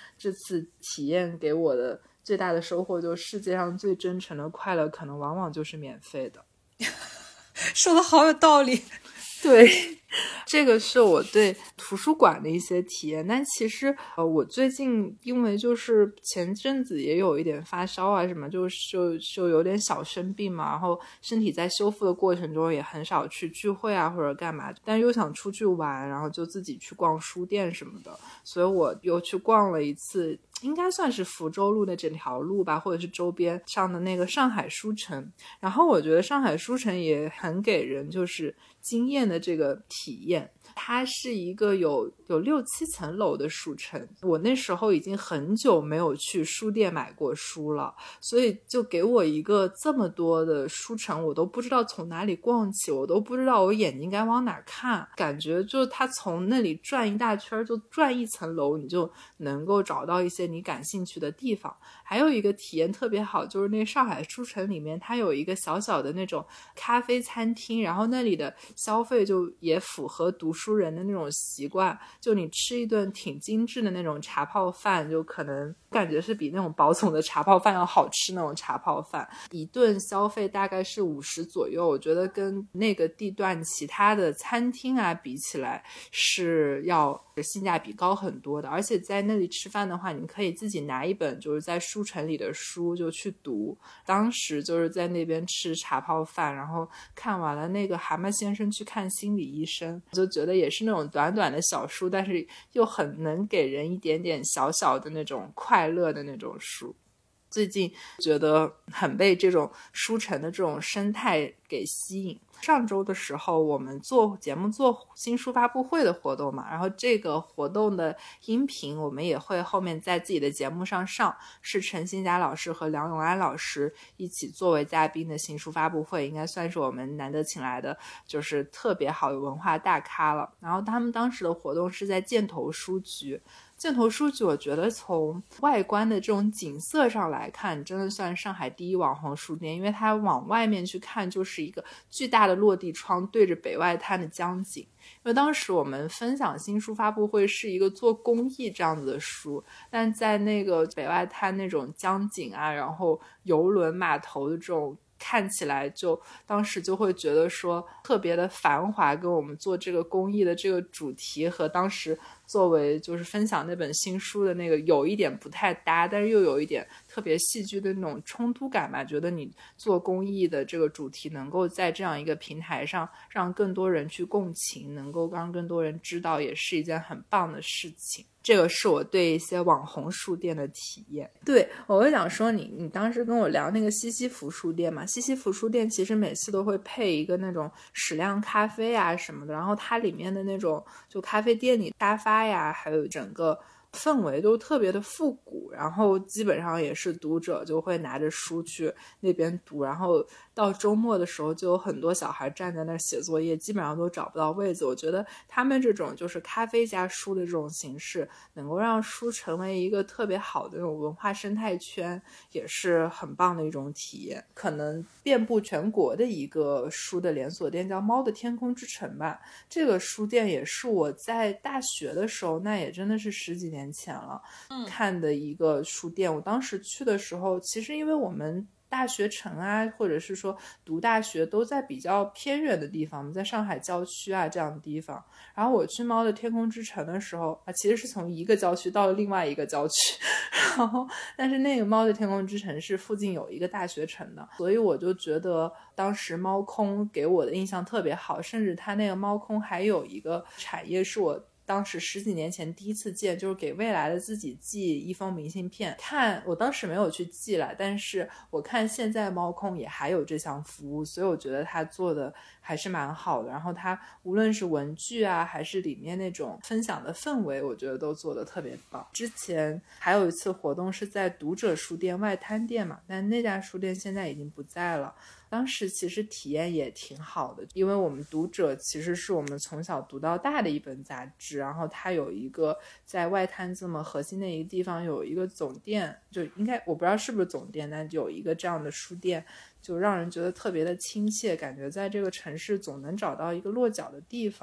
这次体验给我的最大的收获就是世界上最真诚的快乐可能往往就是免费的。 说的好有道理。 对，这个是我对图书馆的一些体验。但其实呃，我最近因为就是前阵子也有一点发烧啊什么，就就就有点小生病嘛，然后身体在修复的过程中也很少去聚会啊或者干嘛，但又想出去玩，然后就自己去逛书店什么的，所以我又去逛了一次，应该算是福州路的整条路吧，或者是周边上的那个上海书城。然后我觉得上海书城也很给人就是惊艳的这个体验，它是一个有有六七层楼的书城。我那时候已经很久没有去书店买过书了，所以就给我一个这么多的书城，我都不知道从哪里逛起，我都不知道我眼睛该往哪看，感觉就它从那里转一大圈，就转一层楼，你就能够找到一些你感兴趣的地方。还有一个体验特别好，就是那上海书城里面它有一个小小的那种咖啡餐厅，然后那里的消费就也符合读书人的那种习惯，就你吃一顿挺精致的那种茶泡饭，就可能感觉是比那种宝总的茶泡饭要好吃那种茶泡饭，一顿消费大概是五十左右，我觉得跟那个地段其他的餐厅啊比起来是要性价比高很多的。而且在那里吃饭的话，你可以自己拿一本就是在书城里的书就去读，当时就是在那边吃茶泡饭，然后看完了那个蛤蟆先生去看心理医生，就觉得也是那种短短的小书，但是又很能给人一点点小小的那种快乐的那种书。最近觉得很被这种书城的这种生态给吸引。上周的时候我们做节目做新书发布会的活动嘛，然后这个活动的音频我们也会后面在自己的节目上上，是陈新佳老师和梁永安老师一起作为嘉宾的新书发布会，应该算是我们难得请来的就是特别好的文化大咖了。然后他们当时的活动是在箭头书局，箭头书局我觉得从外观的这种景色上来看真的算上海第一网红书店，因为它往外面去看就是一个巨大的落地窗对着北外滩的江景。因为当时我们分享新书发布会是一个做公益这样子的书，但在那个北外滩那种江景啊，然后邮轮码头的这种看起来，就当时就会觉得说特别的繁华，跟我们做这个公益的这个主题和当时作为就是分享那本新书的那个有一点不太搭，但是又有一点特别戏剧的那种冲突感吧。觉得你做公益的这个主题能够在这样一个平台上让更多人去共情，能够让更多人知道，也是一件很棒的事情。这个是我对一些网红书店的体验。对，我会想说你你当时跟我聊那个西西弗书店嘛，西西弗书店其实每次都会配一个那种矢量咖啡啊什么的，然后它里面的那种就咖啡店里沙发呀，还有整个氛围都特别的复古，然后基本上也是读者就会拿着书去那边读，然后到周末的时候就有很多小孩站在那儿写作业，基本上都找不到位子。我觉得他们这种就是咖啡加书的这种形式能够让书成为一个特别好的那种文化生态圈，也是很棒的一种体验。可能遍布全国的一个书的连锁店叫猫的天空之城吧，这个书店也是我在大学的时候，那也真的是十几年前了， 嗯， 看的一个书店。我当时去的时候，其实因为我们大学城啊，或者是说读大学都在比较偏远的地方，在上海郊区啊这样的地方。然后我去猫的天空之城的时候啊，其实是从一个郊区到了另外一个郊区，然后但是那个猫的天空之城是附近有一个大学城的，所以我就觉得当时猫空给我的印象特别好，甚至它那个猫空还有一个产业是我当时十几年前第一次见，就是给未来的自己寄一封明信片。看我当时没有去寄了，但是我看现在猫空也还有这项服务，所以我觉得他做的还是蛮好的。然后他无论是文具啊还是里面那种分享的氛围，我觉得都做得特别棒。之前还有一次活动是在读者书店外滩店嘛，但那家书店现在已经不在了。当时其实体验也挺好的，因为我们读者其实是我们从小读到大的一本杂志，然后它有一个在外滩这么核心的一个地方有一个总店，就应该我不知道是不是总店，但有一个这样的书店，就让人觉得特别的亲切，感觉在这个城市总能找到一个落脚的地方。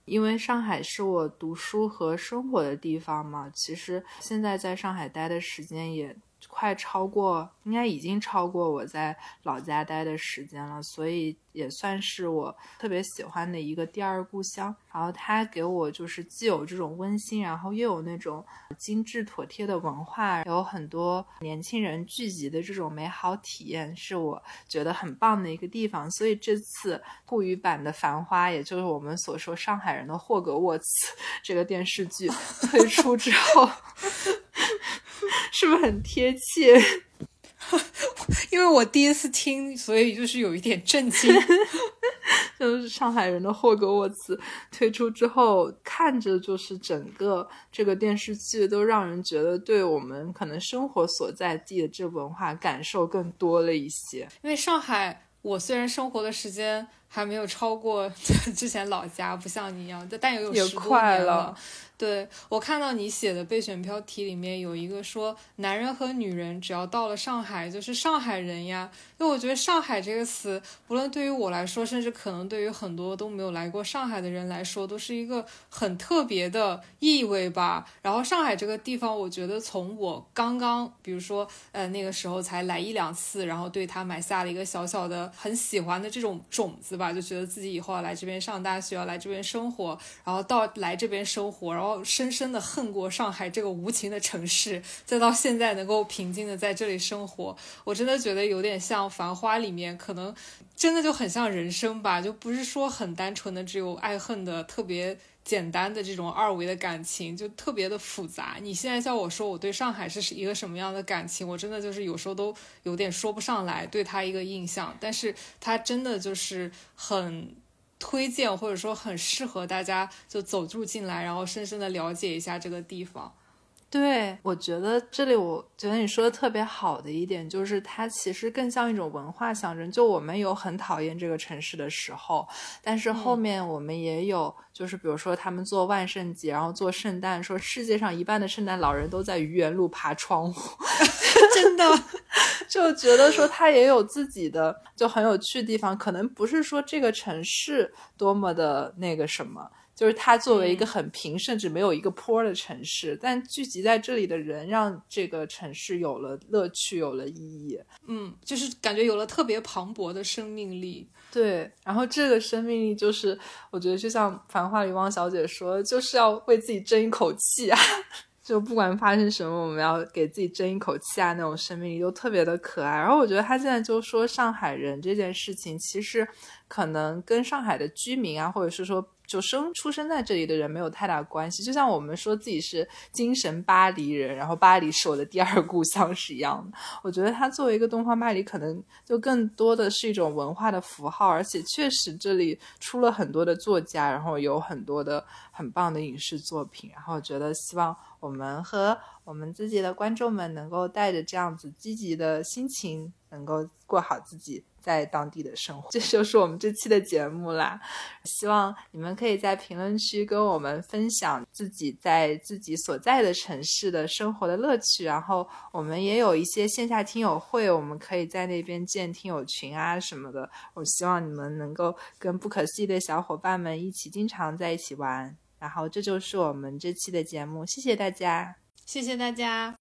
因为上海是我读书和生活的地方嘛，其实现在在上海待的时间也快超过，应该已经超过我在老家待的时间了，所以也算是我特别喜欢的一个第二故乡。然后它给我就是既有这种温馨，然后又有那种精致妥帖的文化，有很多年轻人聚集的这种美好体验，是我觉得很棒的一个地方。所以这次沪语版的《繁花》，也就是我们所说上海人的霍格沃茨这个电视剧推出之后是不是很贴切？ 因为我第一次听，所以就是有一点震惊。 就是上海人的霍格沃茨推出之后，看着就是整个这个电视剧都让人觉得对我们可能生活所在地的这文化感受更多了一些。 因为上海我虽然生活的时间还没有超过之前老家，不像你一样，但也有十多年了。对，我看到你写的备选标题里面有一个说男人和女人只要到了上海就是上海人呀。因为我觉得上海这个词不论对于我来说，甚至可能对于很多都没有来过上海的人来说，都是一个很特别的意味吧。然后上海这个地方，我觉得从我刚刚比如说呃那个时候才来一两次，然后对它埋下了一个小小的很喜欢的这种种子吧，就觉得自己以后要来这边上大学，要来这边生活，然后到来这边生活，然后深深的恨过上海这个无情的城市，再到现在能够平静的在这里生活，我真的觉得有点像繁花里面，可能真的就很像人生吧，就不是说很单纯的只有爱恨的特别简单的这种二维的感情，就特别的复杂。你现在叫我说我对上海是一个什么样的感情，我真的就是有时候都有点说不上来对他一个印象，但是他真的就是很推荐，或者说很适合大家就走入进来，然后深深的了解一下这个地方。 对，我觉得这里我觉得你说的特别好的一点就是它其实更像一种文化象征，就我们有很讨厌这个城市的时候，但是后面我们也有、嗯、就是比如说他们做万圣节，然后做圣诞，说世界上一半的圣诞老人都在愚园路爬窗户真的就觉得说它也有自己的就很有趣的地方，可能不是说这个城市多么的那个什么，就是它作为一个很平、嗯、甚至没有一个坡的城市，但聚集在这里的人让这个城市有了乐趣，有了意义。 嗯，就是感觉有了特别磅礴的生命力。 对，然后这个生命力就是我觉得就像繁花里汪小姐说，就是要为自己争一口气啊就不管发生什么我们要给自己争一口气啊，那种生命力都特别的可爱。然后我觉得他现在就说上海人这件事情其实可能跟上海的居民啊，或者是说就生出生在这里的人没有太大关系，就像我们说自己是精神巴黎人，然后巴黎是我的第二故乡是一样的。我觉得它作为一个东方巴黎可能就更多的是一种文化的符号，而且确实这里出了很多的作家，然后有很多的很棒的影视作品，然后我觉得希望我们和我们自己的观众们能够带着这样子积极的心情，能够过好自己在当地的生活。这就是我们这期的节目啦，希望你们可以在评论区跟我们分享自己在自己所在的城市的生活的乐趣，然后我们也有一些线下听友会，我们可以在那边建听友群啊什么的，我希望你们能够跟不可思议的小伙伴们一起经常在一起玩。然后这就是我们这期的节目，谢谢大家。 谢谢大家。